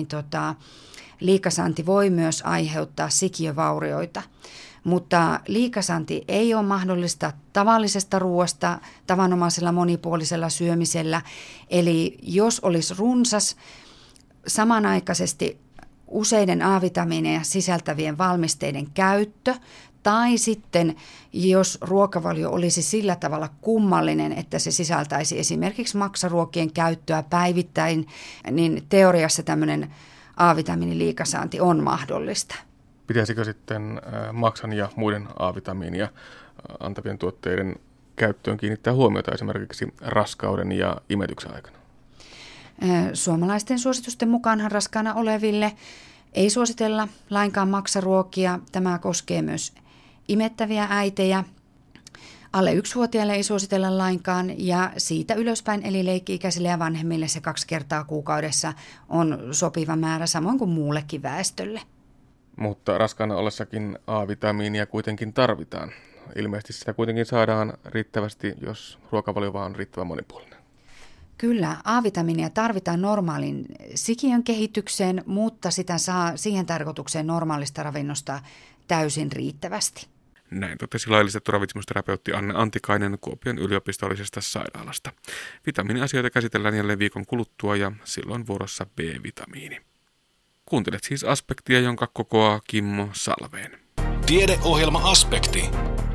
liikasaanti voi myös aiheuttaa sikiövaurioita. Mutta liikasaanti ei ole mahdollista tavallisesta ruoasta, tavanomaisella monipuolisella syömisellä. Eli jos olisi runsas, samanaikaisesti useiden A-vitamiineja sisältävien valmisteiden käyttö, tai sitten jos ruokavalio olisi sillä tavalla kummallinen, että se sisältäisi esimerkiksi maksaruokien käyttöä päivittäin, niin teoriassa tämmöinen A-vitamiiniliikasaanti on mahdollista. Pitäisikö sitten maksan ja muiden A-vitamiinia antavien tuotteiden käyttöön kiinnittää huomiota esimerkiksi raskauden ja imetyksen aikana? Suomalaisten suositusten mukaanhan raskaana oleville ei suositella lainkaan maksaruokia. Tämä koskee myös imettäviä äitejä. Alle 1-vuotiaille ei suositella lainkaan ja siitä ylöspäin eli leikki-ikäisille ja vanhemmille se 2 kertaa kuukaudessa on sopiva määrä samoin kuin muullekin väestölle. Mutta raskaana ollessakin A-vitamiinia kuitenkin tarvitaan. Ilmeisesti sitä kuitenkin saadaan riittävästi, jos ruokavalio vaan on riittävän monipuolinen. Kyllä, A-vitamiinia tarvitaan normaalin sikiön kehitykseen, mutta sitä saa siihen tarkoitukseen normaalista ravinnosta täysin riittävästi. Näin totesi laillistettu ravitsemusterapeutti Anne Antikainen Kuopion yliopistollisesta sairaalasta. Vitamiiniasioita käsitellään jälleen viikon kuluttua ja silloin vuorossa B-vitamiini. Kuuntelet siis Aspektia, jonka kokoaa Kimmo Salveen. Tiedeohjelma Aspekti.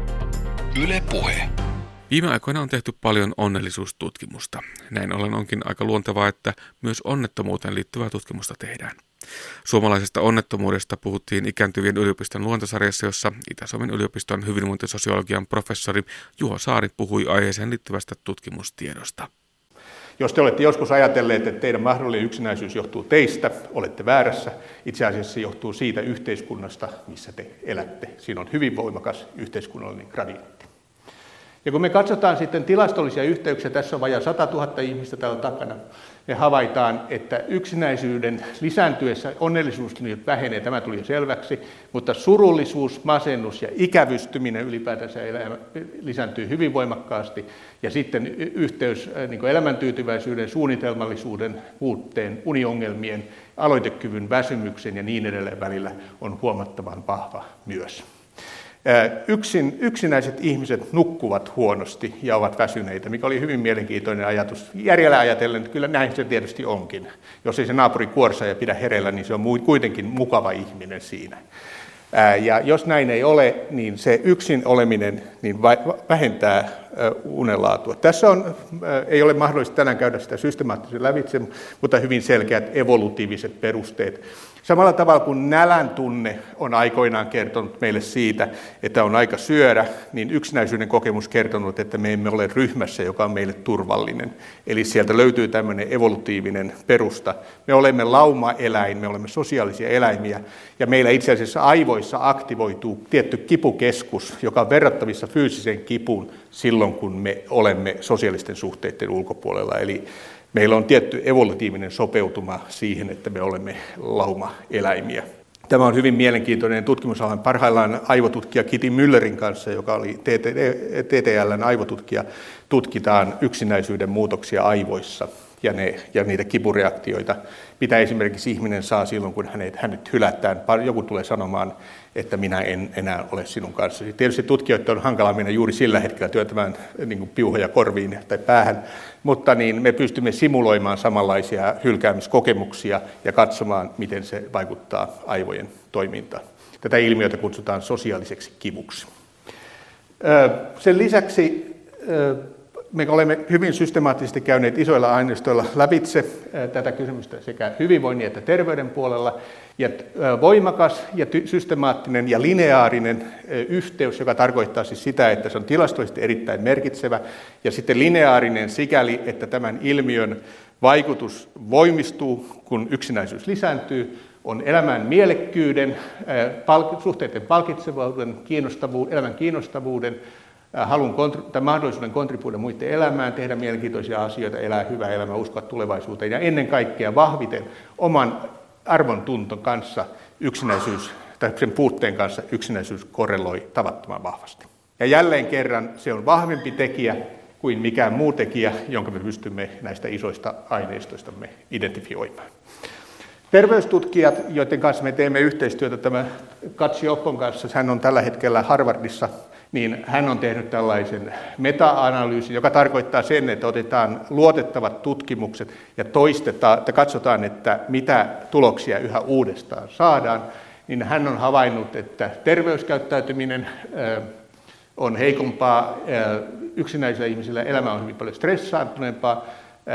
Yle Puhe. Viime aikoina on tehty paljon onnellisuustutkimusta. Näin ollen onkin aika luontevaa, että myös onnettomuuteen liittyvää tutkimusta tehdään. Suomalaisesta onnettomuudesta puhuttiin Ikääntyvien yliopiston luontosarjassa, jossa Itä-Suomen yliopiston hyvinvointisosiologian professori Juho Saari puhui aiheeseen liittyvästä tutkimustiedosta. Jos te olette joskus ajatelleet, että teidän mahdollinen yksinäisyys johtuu teistä, olette väärässä. Itse asiassa se johtuu siitä yhteiskunnasta, missä te elätte. Siinä on hyvin voimakas yhteiskunnallinen gradientti. Ja kun me katsotaan sitten tilastollisia yhteyksiä, tässä on vajaa 100 000 ihmistä täällä takana, me havaitaan, että yksinäisyyden lisääntyessä onnellisuus vähenee, tämä tuli jo selväksi, mutta surullisuus, masennus ja ikävystyminen ylipäätänsä lisääntyy hyvin voimakkaasti, ja sitten yhteys niin elämäntyytyväisyyden, suunnitelmallisuuden, puutteen, uniongelmien, aloitekyvyn, väsymyksen ja niin edelleen välillä on huomattavan vahva myös. Yksinäiset ihmiset nukkuvat huonosti ja ovat väsyneitä, mikä oli hyvin mielenkiintoinen ajatus. Järjellä ajatellen, että kyllä näin se tietysti onkin. Jos ei se naapuri kuorsa ja pidä hereillä, niin se on kuitenkin mukava ihminen siinä. Ja jos näin ei ole, niin se yksin oleminen niin vähentää unenlaatua. Tässä ei ole mahdollista tänään käydä sitä systemaattisesti lävitse, mutta hyvin selkeät evolutiiviset perusteet. Samalla tavalla kuin nälän tunne on aikoinaan kertonut meille siitä, että on aika syödä, niin yksinäisyyden kokemus kertonut, että me emme ole ryhmässä, joka on meille turvallinen. Eli sieltä löytyy tämmöinen evolutiivinen perusta. Me olemme laumaeläin, me olemme sosiaalisia eläimiä, ja meillä itse asiassa aivoissa aktivoituu tietty kipukeskus, joka on verrattavissa fyysiseen kipuun silloin, kun me olemme sosiaalisten suhteiden ulkopuolella. Eli meillä on tietty evolutiivinen sopeutuma siihen, että me olemme laumaeläimiä. Tämä on hyvin mielenkiintoinen tutkimusalan. Parhaillaan aivotutkija Kitty Müllerin kanssa, joka oli TTL:n aivotutkija, tutkitaan yksinäisyyden muutoksia aivoissa ja niitä kipureaktioita, mitä esimerkiksi ihminen saa silloin, kun hänet hylätään. Joku tulee sanomaan, että minä en enää ole sinun kanssasi. Tietysti tutkijoiden on hankala mennä juuri sillä hetkellä työtämään niin piuhoja korviin tai päähän, mutta niin me pystymme simuloimaan samanlaisia hylkäämiskokemuksia ja katsomaan, miten se vaikuttaa aivojen toimintaan. Tätä ilmiötä kutsutaan sosiaaliseksi kivuksi. Sen lisäksi me olemme hyvin systemaattisesti käyneet isoilla aineistoilla lävitse tätä kysymystä sekä hyvinvoinnin että terveyden puolella. Ja voimakas ja systemaattinen ja lineaarinen yhteys, joka tarkoittaa siis sitä, että se on tilastollisesti erittäin merkitsevä, ja sitten lineaarinen sikäli, että tämän ilmiön vaikutus voimistuu, kun yksinäisyys lisääntyy, on elämän mielekkyyden, suhteiden palkitsevuuden, elämän kiinnostavuuden, mahdollisuuden kontribuoida muiden elämään, tehdä mielenkiintoisia asioita, elää hyvää elämää, uskoa tulevaisuuteen ja ennen kaikkea vahviten oman arvon tunton kanssa yksinäisyys, tai sen puutteen kanssa yksinäisyys korreloi tavattoman vahvasti. Ja jälleen kerran se on vahvempi tekijä kuin mikään muu tekijä, jonka me pystymme näistä isoista aineistoistamme identifioimaan. Terveystutkijat, joiden kanssa me teemme yhteistyötä, tämä Katsi Oppon kanssa, hän on tällä hetkellä Harvardissa, niin hän on tehnyt tällaisen meta-analyysin, joka tarkoittaa sen, että otetaan luotettavat tutkimukset ja katsotaan, että mitä tuloksia yhä uudestaan saadaan. Niin hän on havainnut, että terveyskäyttäytyminen on heikompaa, yksinäisillä ihmisillä elämä on hyvin paljon stressaantuneempaa,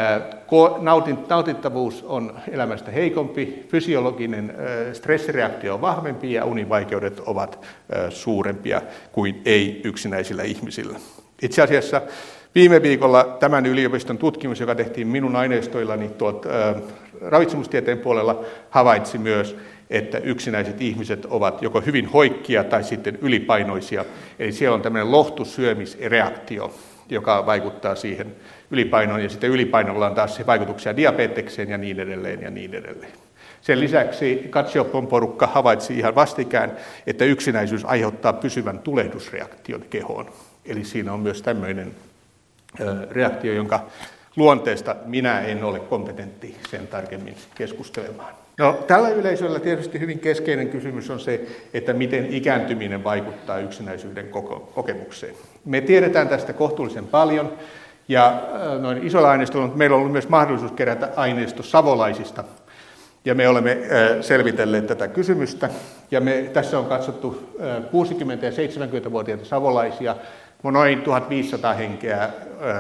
nautittavuus on elämästä heikompi, fysiologinen stressireaktio on vahvempi ja univaikeudet ovat suurempia kuin ei-yksinäisillä ihmisillä. Itse asiassa viime viikolla tämän yliopiston tutkimus, joka tehtiin minun aineistoillani ravitsemustieteen puolella, havaitsi myös, että yksinäiset ihmiset ovat joko hyvin hoikkia tai sitten ylipainoisia. Eli siellä on tämmöinen lohtusyömisreaktio, joka vaikuttaa siihen ylipainoon, ja sitten ylipainolla on taas vaikutuksia diabetekseen ja niin edelleen ja niin edelleen. Sen lisäksi Katsioppon porukka havaitsi ihan vastikään, että yksinäisyys aiheuttaa pysyvän tulehdusreaktion kehoon. Eli siinä on myös tämmöinen reaktio, jonka luonteesta minä en ole kompetentti sen tarkemmin keskustelemaan. No, tällä yleisöllä tietysti hyvin keskeinen kysymys on se, että miten ikääntyminen vaikuttaa yksinäisyyden kokemukseen. Me tiedetään tästä kohtuullisen paljon, ja noin isolla aineistolla meillä on ollut myös mahdollisuus kerätä aineisto savolaisista, ja me olemme selvitelleet tätä kysymystä, ja tässä on katsottu 60- ja 70-vuotiaita savolaisia, noin 1500 henkeä,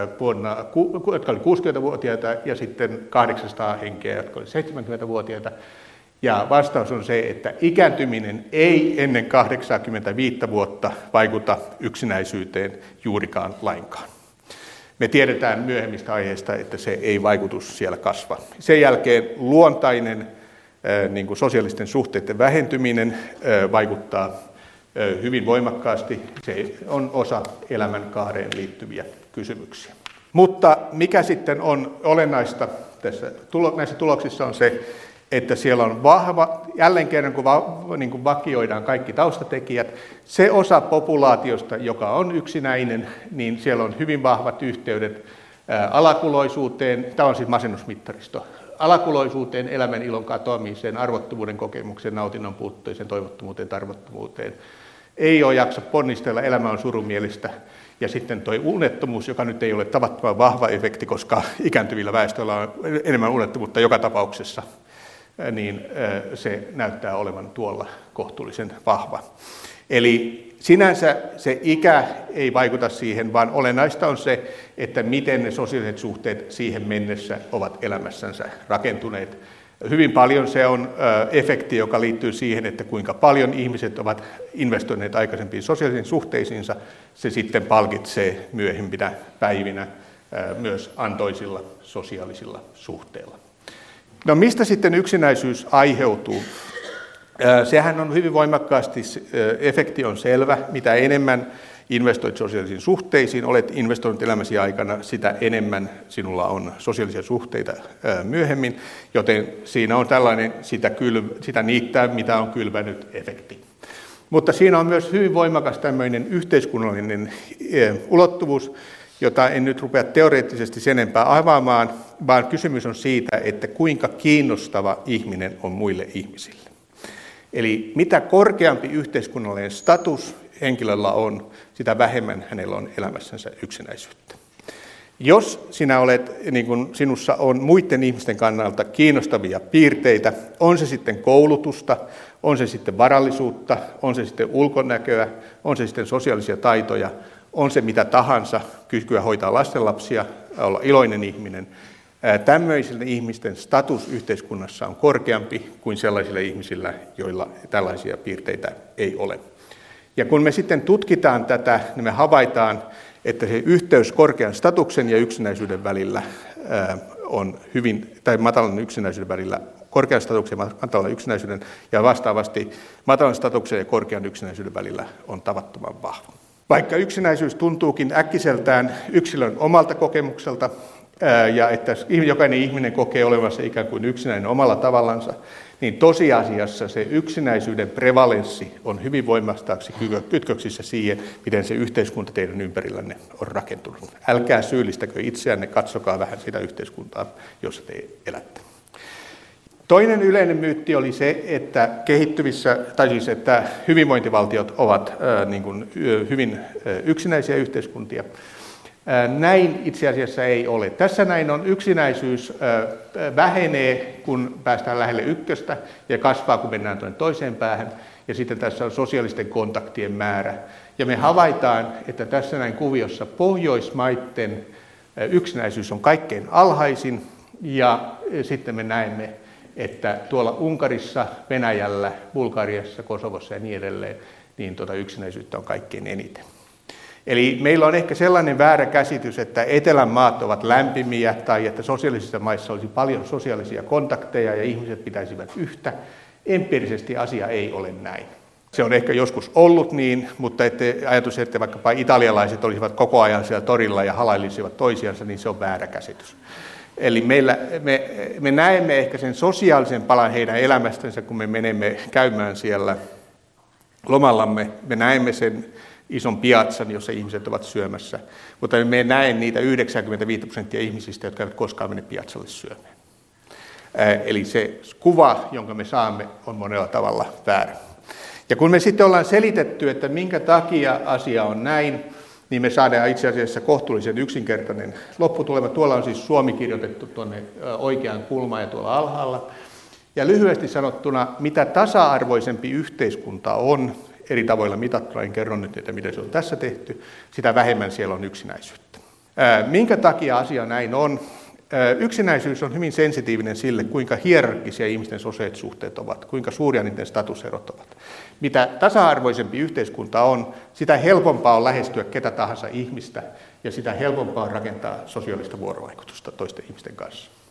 jotka oli 60-vuotiaita, ja sitten 800 henkeä, jotka oli 70-vuotiaita. Ja vastaus on se, että ikääntyminen ei ennen 85 vuotta vaikuta yksinäisyyteen juurikaan lainkaan. Me tiedetään myöhemmistä aiheista, että se ei vaikutus siellä kasva. Sen jälkeen luontainen niin kuin sosiaalisten suhteiden vähentyminen vaikuttaa hyvin voimakkaasti. Se on osa elämänkaareen liittyviä kysymyksiä. Mutta mikä sitten on olennaista näissä tuloksissa on se, että siellä on vahva, jälleen kerran kun vakioidaan kaikki taustatekijät, se osa populaatiosta, joka on yksinäinen, niin siellä on hyvin vahvat yhteydet alakuloisuuteen, tämä on siis masennusmittaristo, alakuloisuuteen, elämän ilon katoamiseen, arvottomuuden kokemukseen, nautinnon puutteeseen, toivottomuuteen, tarvottomuuteen. Ei ole jaksa ponnistella, elämä on surumielistä. Ja sitten tuo unettomuus, joka nyt ei ole tavattoman vahva efekti, koska ikääntyvillä väestöillä on enemmän unettomuutta joka tapauksessa, niin se näyttää olevan tuolla kohtuullisen vahva. Eli sinänsä se ikä ei vaikuta siihen, vaan olennaista on se, että miten ne sosiaaliset suhteet siihen mennessä ovat elämässänsä rakentuneet. Hyvin paljon se on efekti, joka liittyy siihen, että kuinka paljon ihmiset ovat investoineet aikaisempiin sosiaalisiin suhteisiinsa. Se sitten palkitsee myöhempinä päivinä myös antoisilla sosiaalisilla suhteilla. No mistä sitten yksinäisyys aiheutuu? Sehän on hyvin voimakkaasti, efekti on selvä, mitä enemmän investoit sosiaalisiin suhteisiin, olet investoinut elämäsi aikana, sitä enemmän sinulla on sosiaalisia suhteita myöhemmin, joten siinä on tällainen sitä niittää, mitä on kylvänyt efekti. Mutta siinä on myös hyvin voimakas tämmöinen yhteiskunnallinen ulottuvuus, jota en nyt rupea teoreettisesti sen enempää avaamaan, vaan kysymys on siitä, että kuinka kiinnostava ihminen on muille ihmisille. Eli mitä korkeampi yhteiskunnallinen status henkilöllä on, sitä vähemmän hänellä on elämässänsä yksinäisyyttä. Jos sinussa on muiden ihmisten kannalta kiinnostavia piirteitä, on se sitten koulutusta, on se sitten varallisuutta, on se sitten ulkonäköä, on se sitten sosiaalisia taitoja, on se mitä tahansa, kykyä hoitaa lastenlapsia, olla iloinen ihminen, tämmöisillä ihmisten status yhteiskunnassa on korkeampi kuin sellaisilla ihmisillä, joilla tällaisia piirteitä ei ole. Ja kun me sitten tutkitaan tätä, niin me havaitaan, että se yhteys korkean statuksen ja yksinäisyyden välillä on hyvin, tai matalan yksinäisyyden välillä, korkean statuksen ja matalan yksinäisyyden, ja vastaavasti matalan statuksen ja korkean yksinäisyyden välillä on tavattoman vahva. Vaikka yksinäisyys tuntuukin äkkiseltään yksilön omalta kokemukselta, ja että jokainen ihminen kokee olevansa ikään kuin yksinäinen omalla tavallansa, niin tosiasiassa se yksinäisyyden prevalenssi on hyvin voimakkaasti kytköksissä siihen, miten se yhteiskunta teidän ympärillänne on rakentunut. Älkää syyllistäkö itseänne, katsokaa vähän sitä yhteiskuntaa, jossa te elätte. Toinen yleinen myytti oli se, että että hyvinvointivaltiot ovat hyvin yksinäisiä yhteiskuntia. Näin itse asiassa ei ole. Tässä näin on, yksinäisyys vähenee, kun päästään lähelle ykköstä ja kasvaa, kun mennään toiseen päähän. Ja sitten tässä on sosiaalisten kontaktien määrä. Ja me havaitaan, että tässä näin kuviossa Pohjoismaiden yksinäisyys on kaikkein alhaisin. Ja sitten me näemme, että tuolla Unkarissa, Venäjällä, Bulgariassa, Kosovossa ja niin edelleen, niin yksinäisyyttä on kaikkein eniten. Eli meillä on ehkä sellainen väärä käsitys, että etelän maat ovat lämpimiä tai että sosiaalisissa maissa olisi paljon sosiaalisia kontakteja ja ihmiset pitäisivät yhtä. Empiirisesti asia ei ole näin. Se on ehkä joskus ollut niin, mutta ajatus, että vaikkapa italialaiset olisivat koko ajan siellä torilla ja halailisivat toisiansa, niin se on väärä käsitys. Eli me näemme ehkä sen sosiaalisen palan heidän elämästänsä, kun me menemme käymään siellä lomallamme. Me näemme sen ison piatsan, jossa ihmiset ovat syömässä, mutta me näe niitä 95% ihmisistä, jotka eivät koskaan mene piatsalle syömään. Eli se kuva, jonka me saamme, on monella tavalla väärä. Ja kun me sitten ollaan selitetty, että minkä takia asia on näin, niin me saadaan itse asiassa kohtuullisen yksinkertainen lopputulema. Tuolla on siis Suomi kirjoitettu tuonne oikeaan kulmaan ja tuolla alhaalla. Ja lyhyesti sanottuna, mitä tasa-arvoisempi yhteiskunta on, eri tavoilla mitattuna, en kerro nyt, että miten se on tässä tehty, sitä vähemmän siellä on yksinäisyyttä. Minkä takia asia näin on? Yksinäisyys on hyvin sensitiivinen sille, kuinka hierarkkisia ihmisten sosiaaliset suhteet ovat, kuinka suuria niiden statuserot ovat. Mitä tasa-arvoisempi yhteiskunta on, sitä helpompaa on lähestyä ketä tahansa ihmistä ja sitä helpompaa on rakentaa sosiaalista vuorovaikutusta toisten ihmisten kanssa.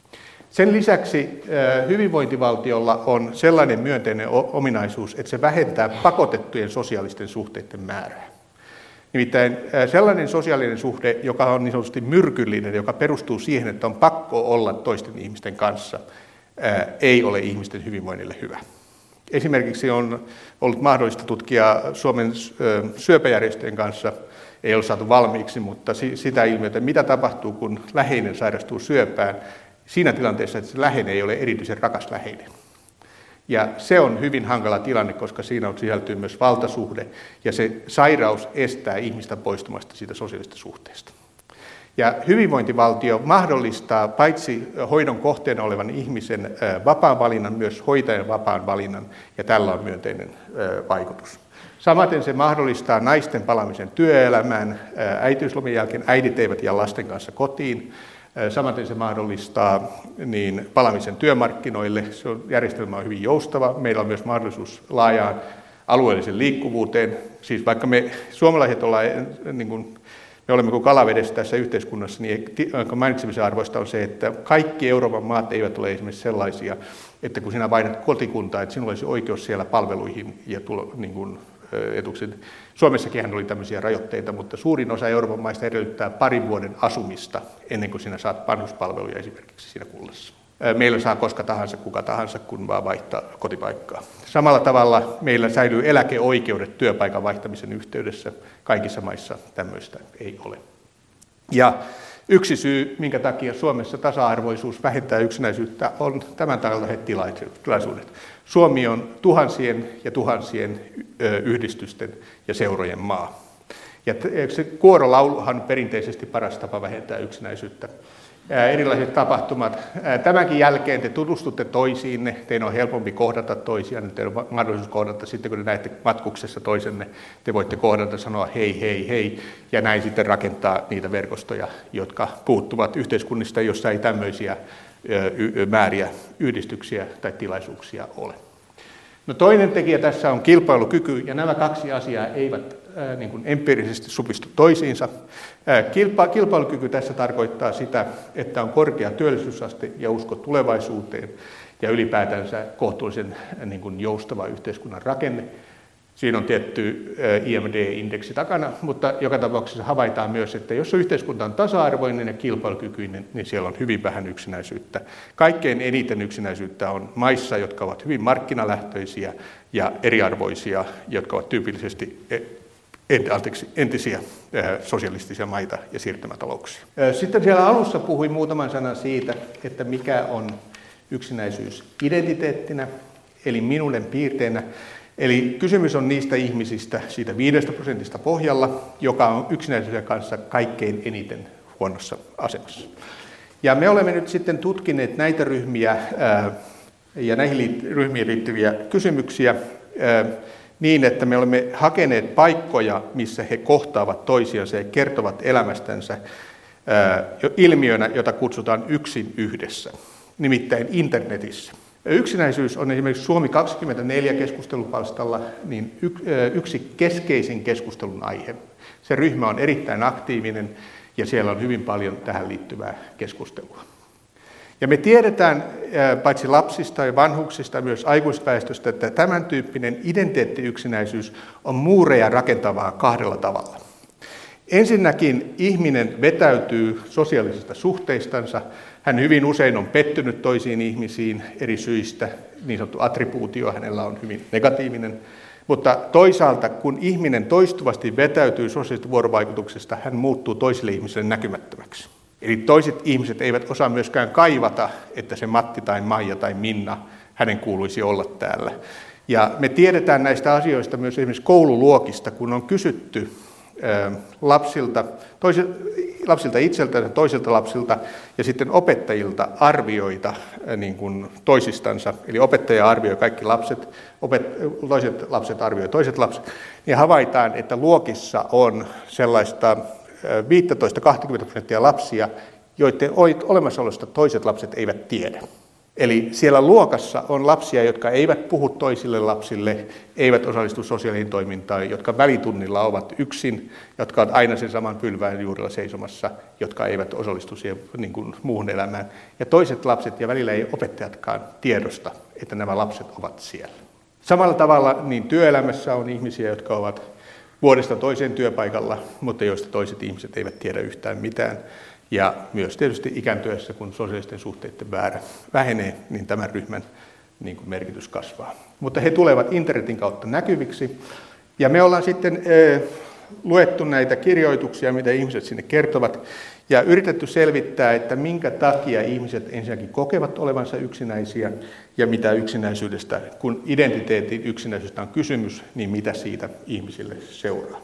Sen lisäksi hyvinvointivaltiolla on sellainen myönteinen ominaisuus, että se vähentää pakotettujen sosiaalisten suhteiden määrää. Nimittäin sellainen sosiaalinen suhde, joka on niin sanotusti myrkyllinen, joka perustuu siihen, että on pakko olla toisten ihmisten kanssa, ei ole ihmisten hyvinvoinnille hyvä. Esimerkiksi on ollut mahdollista tutkia Suomen syöpäjärjestöjen kanssa, ei ole saatu valmiiksi, mutta sitä ilmiötä, mitä tapahtuu, kun läheinen sairastuu syöpään, siinä tilanteessa, että se läheinen ei ole erityisen rakas läheinen. Ja se on hyvin hankala tilanne, koska siinä sisältyy myös valtasuhde, ja se sairaus estää ihmistä poistumasta siitä sosiaalisesta suhteesta. Ja hyvinvointivaltio mahdollistaa paitsi hoidon kohteena olevan ihmisen vapaan valinnan, myös hoitajan vapaan valinnan, ja tällä on myönteinen vaikutus. Samaten se mahdollistaa naisten palaamisen työelämään äitiyslomien jälkeen. Äidit eivät jää lasten kanssa kotiin. Samaten se mahdollistaa palaamisen työmarkkinoille. Järjestelmä on hyvin joustava. Meillä on myös mahdollisuus laajaan alueelliseen liikkuvuuteen. Siis vaikka me suomalaiset me olemme kuin kalavedessä tässä yhteiskunnassa, niin mainitsemisen arvoista on se, että kaikki Euroopan maat eivät ole esimerkiksi sellaisia, että kun sinä vaihdat kotikuntaa, että sinulla olisi oikeus siellä palveluihin ja etukset. Suomessakin oli tämmöisiä rajoitteita, mutta suurin osa Euroopan maista edellyttää parin vuoden asumista ennen kuin sinä saat vanhuspalveluja esimerkiksi siinä kunnassa. Meillä saa koska tahansa, kuka tahansa, kun vaan vaihtaa kotipaikkaa. Samalla tavalla meillä säilyy eläkeoikeudet työpaikan vaihtamisen yhteydessä. Kaikissa maissa tämmöistä ei ole. Ja yksi syy, minkä takia Suomessa tasa-arvoisuus vähentää yksinäisyyttä, on tämän tällaiset tilaisuudet. Suomi on tuhansien ja tuhansien yhdistysten ja seurojen maa. Ja se kuorolauluhan on perinteisesti paras tapa vähentää yksinäisyyttä. Erilaiset tapahtumat. Tämänkin jälkeen te tutustutte toisiinne, teidän on helpompi kohdata toisiaan, teillä on mahdollisuus kohdata sitten, kun te näette matkuksessa toisenne, te voitte kohdata sanoa hei, hei, hei, ja näin sitten rakentaa niitä verkostoja, jotka puuttuvat yhteiskunnista, jossa ei tämmöisiä määriä yhdistyksiä tai tilaisuuksia ole. No toinen tekijä tässä on kilpailukyky, ja nämä kaksi asiaa eivät empiirisesti supistu toisiinsa. Kilpailukyky tässä tarkoittaa sitä, että on korkea työllisyysaste ja usko tulevaisuuteen ja ylipäätänsä kohtuullisen joustava yhteiskunnan rakenne. Siinä on tietty IMD-indeksi takana, mutta joka tapauksessa havaitaan myös, että jos yhteiskunta on tasa-arvoinen ja kilpailukykyinen, niin siellä on hyvin vähän yksinäisyyttä. Kaikkein eniten yksinäisyyttä on maissa, jotka ovat hyvin markkinalähtöisiä ja eriarvoisia, jotka ovat tyypillisesti entisiä sosialistisia maita ja siirtymätalouksia. Sitten siellä alussa puhuin muutaman sanan siitä, että mikä on yksinäisyys identiteettinä, eli minuuden piirteenä. Eli kysymys on niistä ihmisistä, siitä 5% pohjalla, joka on yksinäisyyden kanssa kaikkein eniten huonossa asemassa. Ja me olemme nyt sitten tutkineet näitä ryhmiä ja näihin ryhmiin liittyviä kysymyksiä niin, että me olemme hakeneet paikkoja, missä he kohtaavat toisiansa ja kertovat elämästänsä ilmiönä, jota kutsutaan yksin yhdessä, nimittäin internetissä. Yksinäisyys on esimerkiksi Suomi 24 keskustelupalstalla niin yksi keskeisin keskustelun aihe. Se ryhmä on erittäin aktiivinen ja siellä on hyvin paljon tähän liittyvää keskustelua. Ja me tiedetään paitsi lapsista ja vanhuksista myös aikuisväestöstä, että tämän tyyppinen identiteettiyksinäisyys on muureja rakentavaa kahdella tavalla. Ensinnäkin ihminen vetäytyy sosiaalisista suhteistansa. Hän hyvin usein on pettynyt toisiin ihmisiin eri syistä. Niin sanottu attribuutio hänellä on hyvin negatiivinen. Mutta toisaalta, kun ihminen toistuvasti vetäytyy sosiaalisesta vuorovaikutuksesta, hän muuttuu toisille ihmisille näkymättömäksi. Eli toiset ihmiset eivät osaa myöskään kaivata, että se Matti tai Maija tai Minna, hänen kuuluisi olla täällä. Ja me näistä asioista myös esimerkiksi koululuokista, kun on kysytty lapsilta itseltään, toisilta lapsilta ja sitten opettajilta arvioita niin kuin toisistansa. Eli opettaja arvioi kaikki lapset, toiset lapset arvioi toiset lapset. Niin havaitaan, että luokissa on sellaista 15-20% lapsia, joiden olemassaolosta toiset lapset eivät tiedä. Eli siellä luokassa on lapsia, jotka eivät puhu toisille lapsille, eivät osallistu sosiaaliin toimintaan, jotka välitunnilla ovat yksin, jotka ovat aina sen saman pylvään juurella seisomassa, jotka eivät osallistu siihen niin kuin muuhun elämään. Ja toiset lapset, ja välillä ei opettajatkaan tiedosta, että nämä lapset ovat siellä. Samalla tavalla niin työelämässä on ihmisiä, jotka ovat vuodesta toiseen työpaikalla, mutta joista toiset ihmiset eivät tiedä yhtään mitään. Ja myös tietysti ikääntyessä, kun sosiaalisten suhteiden määrä vähenee, niin tämän ryhmän niin kuin merkitys kasvaa. Mutta he tulevat internetin kautta näkyviksi. Ja me ollaan sitten luettu näitä kirjoituksia, mitä ihmiset sinne kertovat, ja yritetty selvittää, että minkä takia ihmiset ensinnäkin kokevat olevansa yksinäisiä, ja mitä yksinäisyydestä, kun identiteetin yksinäisyydestä on kysymys, niin mitä siitä ihmisille seuraa.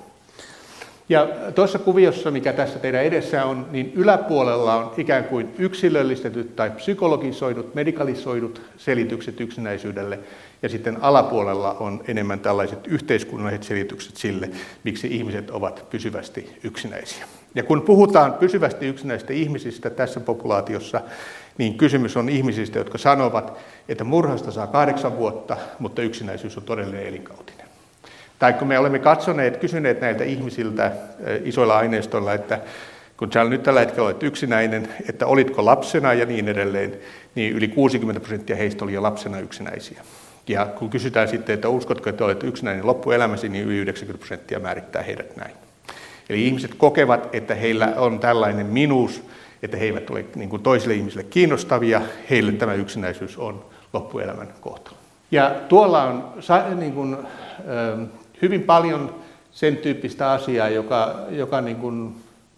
Ja tuossa kuviossa, mikä tässä teidän edessä on, niin yläpuolella on ikään kuin yksilöllistetyt tai psykologisoidut, medikalisoidut selitykset yksinäisyydelle, ja sitten alapuolella on enemmän tällaiset yhteiskunnalliset selitykset sille, miksi ihmiset ovat pysyvästi yksinäisiä. Ja kun puhutaan pysyvästi yksinäisistä ihmisistä tässä populaatiossa, niin kysymys on ihmisistä, jotka sanovat, että murhasta saa 8 vuotta, mutta yksinäisyys on todellinen elinkautinen. Tai kun me olemme kysyneet näiltä ihmisiltä isoilla aineistoilla, että kun sä nyt tällä hetkellä olet yksinäinen, että olitko lapsena ja niin edelleen, niin yli 60% heistä oli jo lapsena yksinäisiä. Ja kun kysytään sitten, että uskotko, että olet yksinäinen loppuelämäsi, niin yli 90% määrittää heidät näin. Eli ihmiset kokevat, että heillä on tällainen minuus, että he eivät ole niin kuin toisille ihmisille kiinnostavia, heille tämä yksinäisyys on loppuelämän kohtalo. Ja tuolla on niin kuin, hyvin paljon sen tyyppistä asiaa, joka niin kuin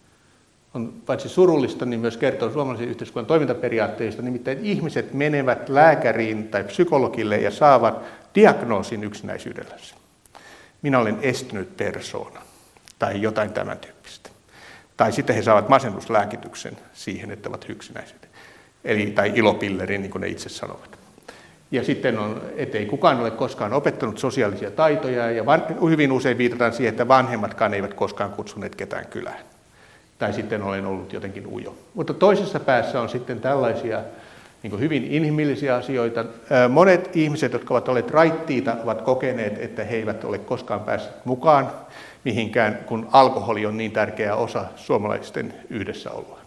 on paitsi surullista, niin myös kertoo suomalaisen yhteiskunnan toimintaperiaatteista. Nimittäin ihmiset menevät lääkäriin tai psykologille ja saavat diagnoosin yksinäisyydellänsä. Minä olen estynyt persoona tai jotain tämän tyyppistä. Tai sitten he saavat masennuslääkityksen siihen, että ovat yksinäisyyden. Tai ilopillerin, niin kuin ne itse sanovat. Ja sitten on, ettei kukaan ole koskaan opettanut sosiaalisia taitoja, ja hyvin usein viitataan siihen, että vanhemmatkaan eivät koskaan kutsuneet ketään kylään. Tai sitten olen ollut jotenkin ujo. Mutta toisessa päässä on sitten tällaisia niin kuin hyvin inhimillisiä asioita. Monet ihmiset, jotka ovat olleet raittiita, ovat kokeneet, että he eivät ole koskaan päässeet mukaan mihinkään, kun alkoholi on niin tärkeä osa suomalaisten yhdessäoloa.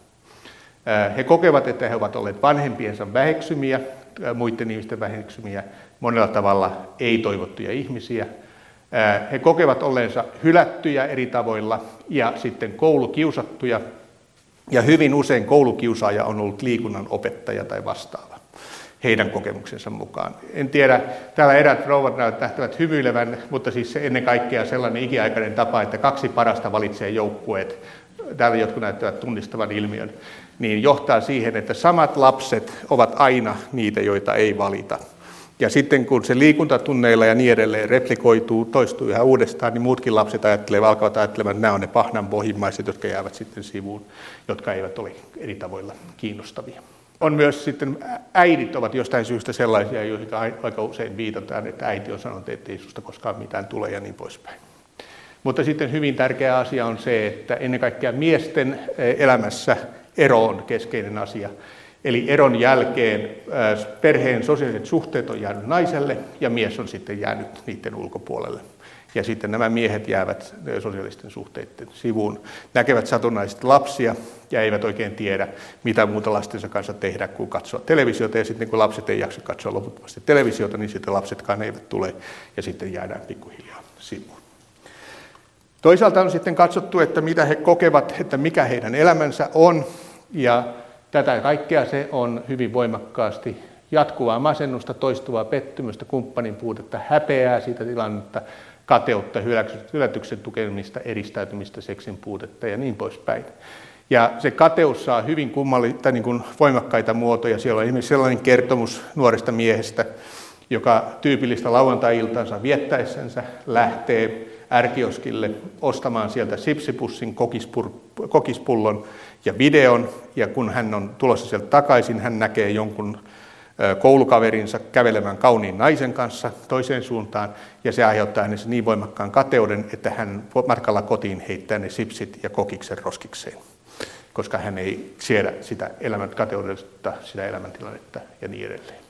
He kokevat, että he ovat olleet vanhempiensa väheksymiä, muiden ihmisten väheksymiä, monella tavalla ei-toivottuja ihmisiä. He kokevat olleensa hylättyjä eri tavoilla ja sitten koulukiusattuja. Ja hyvin usein koulukiusaaja on ollut liikunnan opettaja tai vastaava heidän kokemuksensa mukaan. En tiedä, täällä eräät rouvat näyttävät hymyilevän, mutta siis ennen kaikkea sellainen ikiaikainen tapa, että 2 parasta valitsee joukkueet, täällä jotkut näyttävät tunnistavan ilmiön, niin johtaa siihen, että samat lapset ovat aina niitä, joita ei valita. Ja sitten kun se liikuntatunneilla ja niin edelleen replikoituu, toistuu yhä uudestaan, niin muutkin lapset alkavat ajattelemaan, että nämä on ne pahnanpohjimmaiset, jotka jäävät sitten sivuun, jotka eivät ole eri tavoilla kiinnostavia. On myös sitten äidit ovat jostain syystä sellaisia, joihin aika usein viitataan, että äiti on sanonut, että ei susta koskaan mitään tule ja niin poispäin. Mutta sitten hyvin tärkeä asia on se, että ennen kaikkea miesten elämässä ero on keskeinen asia. Eli eron jälkeen perheen sosiaaliset suhteet on jäänyt naiselle ja mies on sitten jäänyt niiden ulkopuolelle. Ja sitten nämä miehet jäävät sosiaalisten suhteiden sivuun, näkevät satunnaisesti lapsia ja eivät oikein tiedä, mitä muuta lastensa kanssa tehdä kuin katsoa televisiota. Ja sitten kun lapset ei jaksa katsoa loputtomasti televisiota, niin sitten lapsetkaan eivät tule ja sitten jäädään pikkuhiljaa sivuun. Toisaalta on sitten katsottu, että mitä he kokevat, että mikä heidän elämänsä on, ja tätä kaikkea se on hyvin voimakkaasti jatkuvaa masennusta, toistuvaa pettymystä, kumppanin puutetta, häpeää siitä tilannetta, kateutta, hylätyksen tukemista, eristäytymistä, seksin puutetta ja niin poispäin. Ja se kateus saa hyvin voimakkaita muotoja. Siellä on esimerkiksi sellainen kertomus nuoresta miehestä, joka tyypillistä lauantai-iltaansa viettäessänsä lähtee ärkioskille ostamaan sieltä sipsipussin, kokispullon ja videon, ja kun hän on tulossa sieltä takaisin, hän näkee jonkun koulukaverinsa kävelemään kauniin naisen kanssa toiseen suuntaan, ja se aiheuttaa hänessä niin voimakkaan kateuden, että hän matkalla kotiin heittää ne sipsit ja kokiksen roskikseen, koska hän ei siedä sitä elämän kateudesta, sitä elämäntilannetta ja niin edelleen.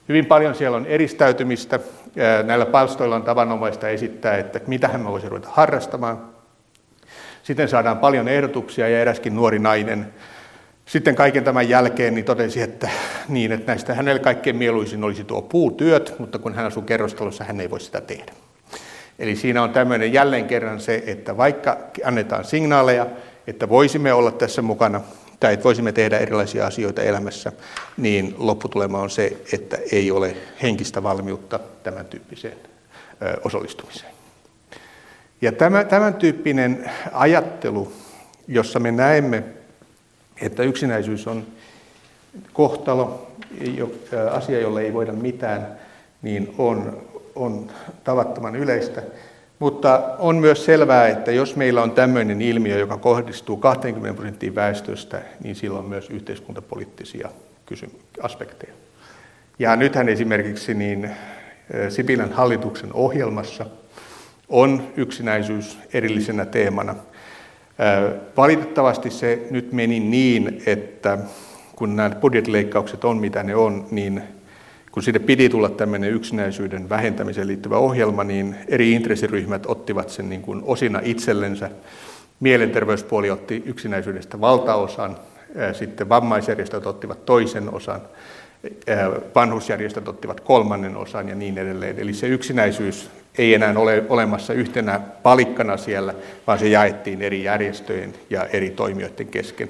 Hyvin paljon siellä on eristäytymistä. Näillä palstoilla on tavanomaista esittää, että mitähän mä voisin ruveta harrastamaan. Sitten saadaan paljon ehdotuksia ja eräskin nuori nainen sitten kaiken tämän jälkeen niin totesi, että näistä hänelle kaikkein mieluisin olisi tuo puutyöt, mutta kun hän asuu kerrostalossa, hän ei voi sitä tehdä. Eli siinä on tämmöinen jälleen kerran se, että vaikka annetaan signaaleja, että voisimme olla tässä mukana tai että voisimme tehdä erilaisia asioita elämässä, niin lopputulema on se, että ei ole henkistä valmiutta tämän tyyppiseen osallistumiseen. Ja tämän tyyppinen ajattelu, jossa me näemme, että yksinäisyys on kohtalo, asia, jolle ei voida mitään, niin on tavattoman yleistä. Mutta on myös selvää, että jos meillä on tämmöinen ilmiö, joka kohdistuu 20% väestöstä, niin sillä on myös yhteiskuntapoliittisia aspekteja. Ja nythän esimerkiksi Sipilän hallituksen ohjelmassa on yksinäisyys erillisenä teemana. Valitettavasti se nyt meni niin, että kun nämä budjettileikkaukset on mitä ne on, niin kun siitä piti tulla tämmöinen yksinäisyyden vähentämiseen liittyvä ohjelma, niin eri intressiryhmät ottivat sen niin kuin osina itsellensä. Mielenterveyspuoli otti yksinäisyydestä valtaosan, sitten vammaisjärjestöt ottivat toisen osan, vanhusjärjestöt ottivat kolmannen osan ja niin edelleen. Eli se yksinäisyys ei enää ole olemassa yhtenä palikkana siellä, vaan se jaettiin eri järjestöjen ja eri toimijoiden kesken.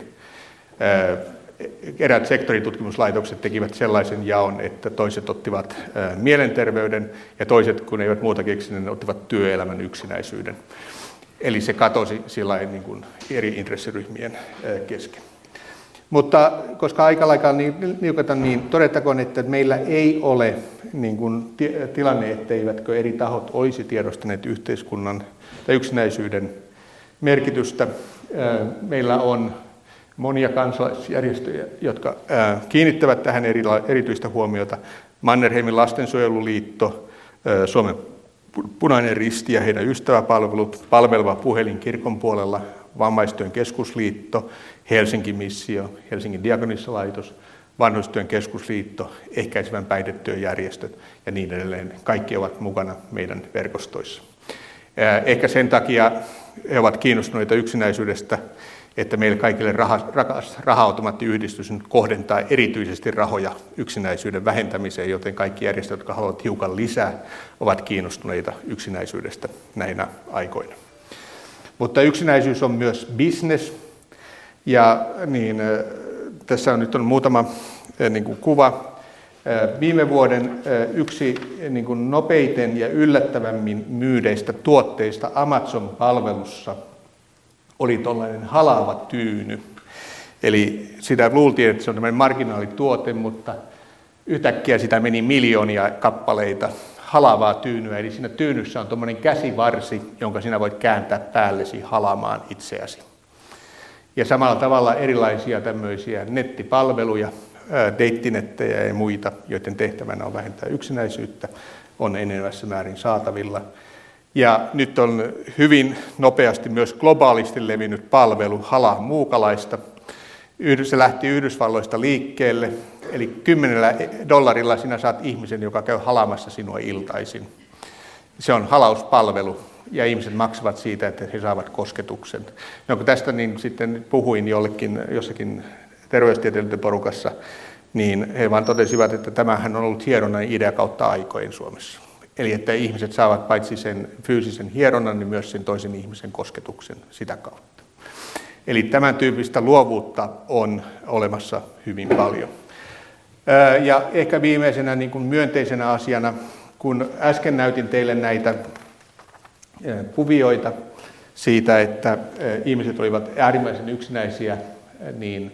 Eräät sektoritutkimuslaitokset tekivät sellaisen jaon, että toiset ottivat mielenterveyden ja toiset, kun eivät muuta keksineet, ottivat työelämän yksinäisyyden. Eli se katosi sillain niin kuin eri intressiryhmien kesken. Mutta koska aika on niukata, niin todettakoon, että meillä ei ole niin kuin tilanne, etteivätkö eri tahot olisi tiedostaneet yhteiskunnan tai yksinäisyyden merkitystä. Meillä on monia kansalaisjärjestöjä, jotka kiinnittävät tähän erityistä huomiota. Mannerheimin lastensuojeluliitto, Suomen Punainen Risti ja heidän ystäväpalvelut, palveleva puhelin kirkon puolella, Vammaistyön keskusliitto, Helsingin missio, Helsingin diakonissalaitos, Vanhustyön keskusliitto, ehkäisevän päihdetyön järjestöt ja niin edelleen. Kaikki ovat mukana meidän verkostoissa. Ehkä sen takia he ovat kiinnostuneita yksinäisyydestä, että meille kaikille rakas Raha-automaattiyhdistys kohdentaa erityisesti rahoja yksinäisyyden vähentämiseen, joten kaikki järjestöt, jotka haluavat hiukan lisää, ovat kiinnostuneita yksinäisyydestä näinä aikoina. Mutta yksinäisyys on myös business, ja tässä on nyt muutama kuva. Viime vuoden yksi nopeiten ja yllättävämmin myydeistä tuotteista Amazon-palvelussa oli tuollainen halaava tyyny. Eli sitä luultiin, että se on tämmöinen marginaalituote, mutta yhtäkkiä sitä meni miljoonia kappaleita halavaa tyynyä. Eli siinä tyynyssä on tuommoinen käsivarsi, jonka sinä voit kääntää päällesi halamaan itseäsi. Ja samalla tavalla erilaisia tämmöisiä nettipalveluja, deittinettejä ja muita, joiden tehtävänä on vähentää yksinäisyyttä, on enenevässä määrin saatavilla. Ja nyt on hyvin nopeasti myös globaalisti levinnyt palvelu Halaa muukalaista. Se lähti Yhdysvalloista liikkeelle, eli $10 sinä saat ihmisen, joka käy halaamassa sinua iltaisin. Se on halauspalvelu, ja ihmiset maksavat siitä, että he saavat kosketuksen. No, kun tästä sitten puhuin jossakin terveystieteilijöiden porukassa, niin he vaan totesivat, että tämähän on ollut hieronnan idea kautta aikojen Suomessa. Eli että ihmiset saavat paitsi sen fyysisen hieronnan, niin myös sen toisen ihmisen kosketuksen sitä kautta. Eli tämän tyyppistä luovuutta on olemassa hyvin paljon. Ja ehkä viimeisenä myönteisenä asiana, kun äsken näytin teille näitä kuvioita siitä, että ihmiset olivat äärimmäisen yksinäisiä, niin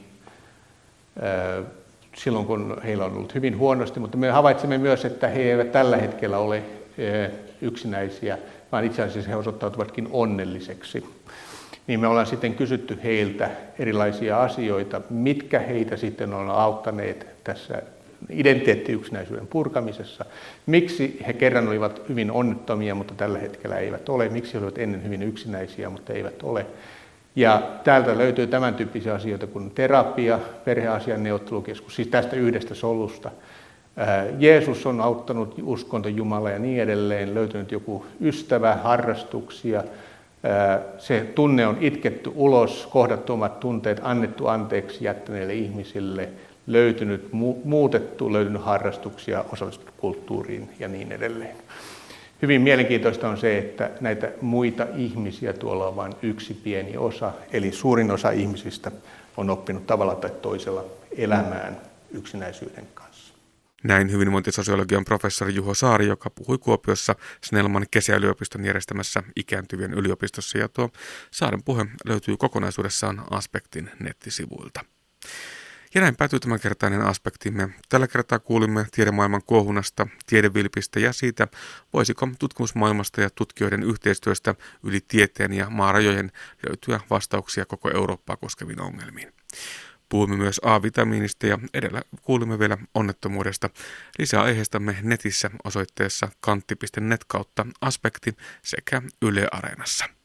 silloin kun heillä on ollut hyvin huonosti, mutta me havaitsemme myös, että he eivät tällä hetkellä ole yksinäisiä, vaan itse asiassa he osoittautuvatkin onnelliseksi. Niin me ollaan sitten kysytty heiltä erilaisia asioita, mitkä heitä sitten on auttaneet tässä identiteettiyksinäisyyden purkamisessa. Miksi he kerran olivat hyvin onnettomia, mutta tällä hetkellä eivät ole. Miksi he olivat ennen hyvin yksinäisiä, mutta eivät ole. Ja täältä löytyy tämän tyyppisiä asioita kuin terapia, perheasian neuvottelukeskus, siis tästä yhdestä solusta Jeesus on auttanut, uskonto, Jumala ja niin edelleen, löytynyt joku ystävä, harrastuksia. Se tunne on itketty ulos, kohdattu omat tunteet, annettu anteeksi jättäneille ihmisille, löytynyt harrastuksia, osallistuttu kulttuuriin ja niin edelleen. Hyvin mielenkiintoista on se, että näitä muita ihmisiä tuolla on vain yksi pieni osa, eli suurin osa ihmisistä on oppinut tavalla tai toisella elämään yksinäisyyden kanssa. Näin hyvinvointisosiologian professori Juho Saari, joka puhui Kuopiossa Snellman kesäyliopiston järjestämässä ikääntyvien yliopistossa, ja tuo Saaren puhe löytyy kokonaisuudessaan Aspektin nettisivuilta. Ja näin päätyy tämänkertainen Aspektimme. Tällä kertaa kuulimme tiedemaailman kuohunasta, tiedevilpistä ja siitä, voisiko tutkimusmaailmasta ja tutkijoiden yhteistyöstä yli tieteen ja maarajojen löytyä vastauksia koko Eurooppaa koskeviin ongelmiin. Puhuimme myös A-vitamiinista ja edellä kuulimme vielä onnettomuudesta. Lisää aiheistamme netissä osoitteessa kantti.net/aspekti sekä Yle Areenassa.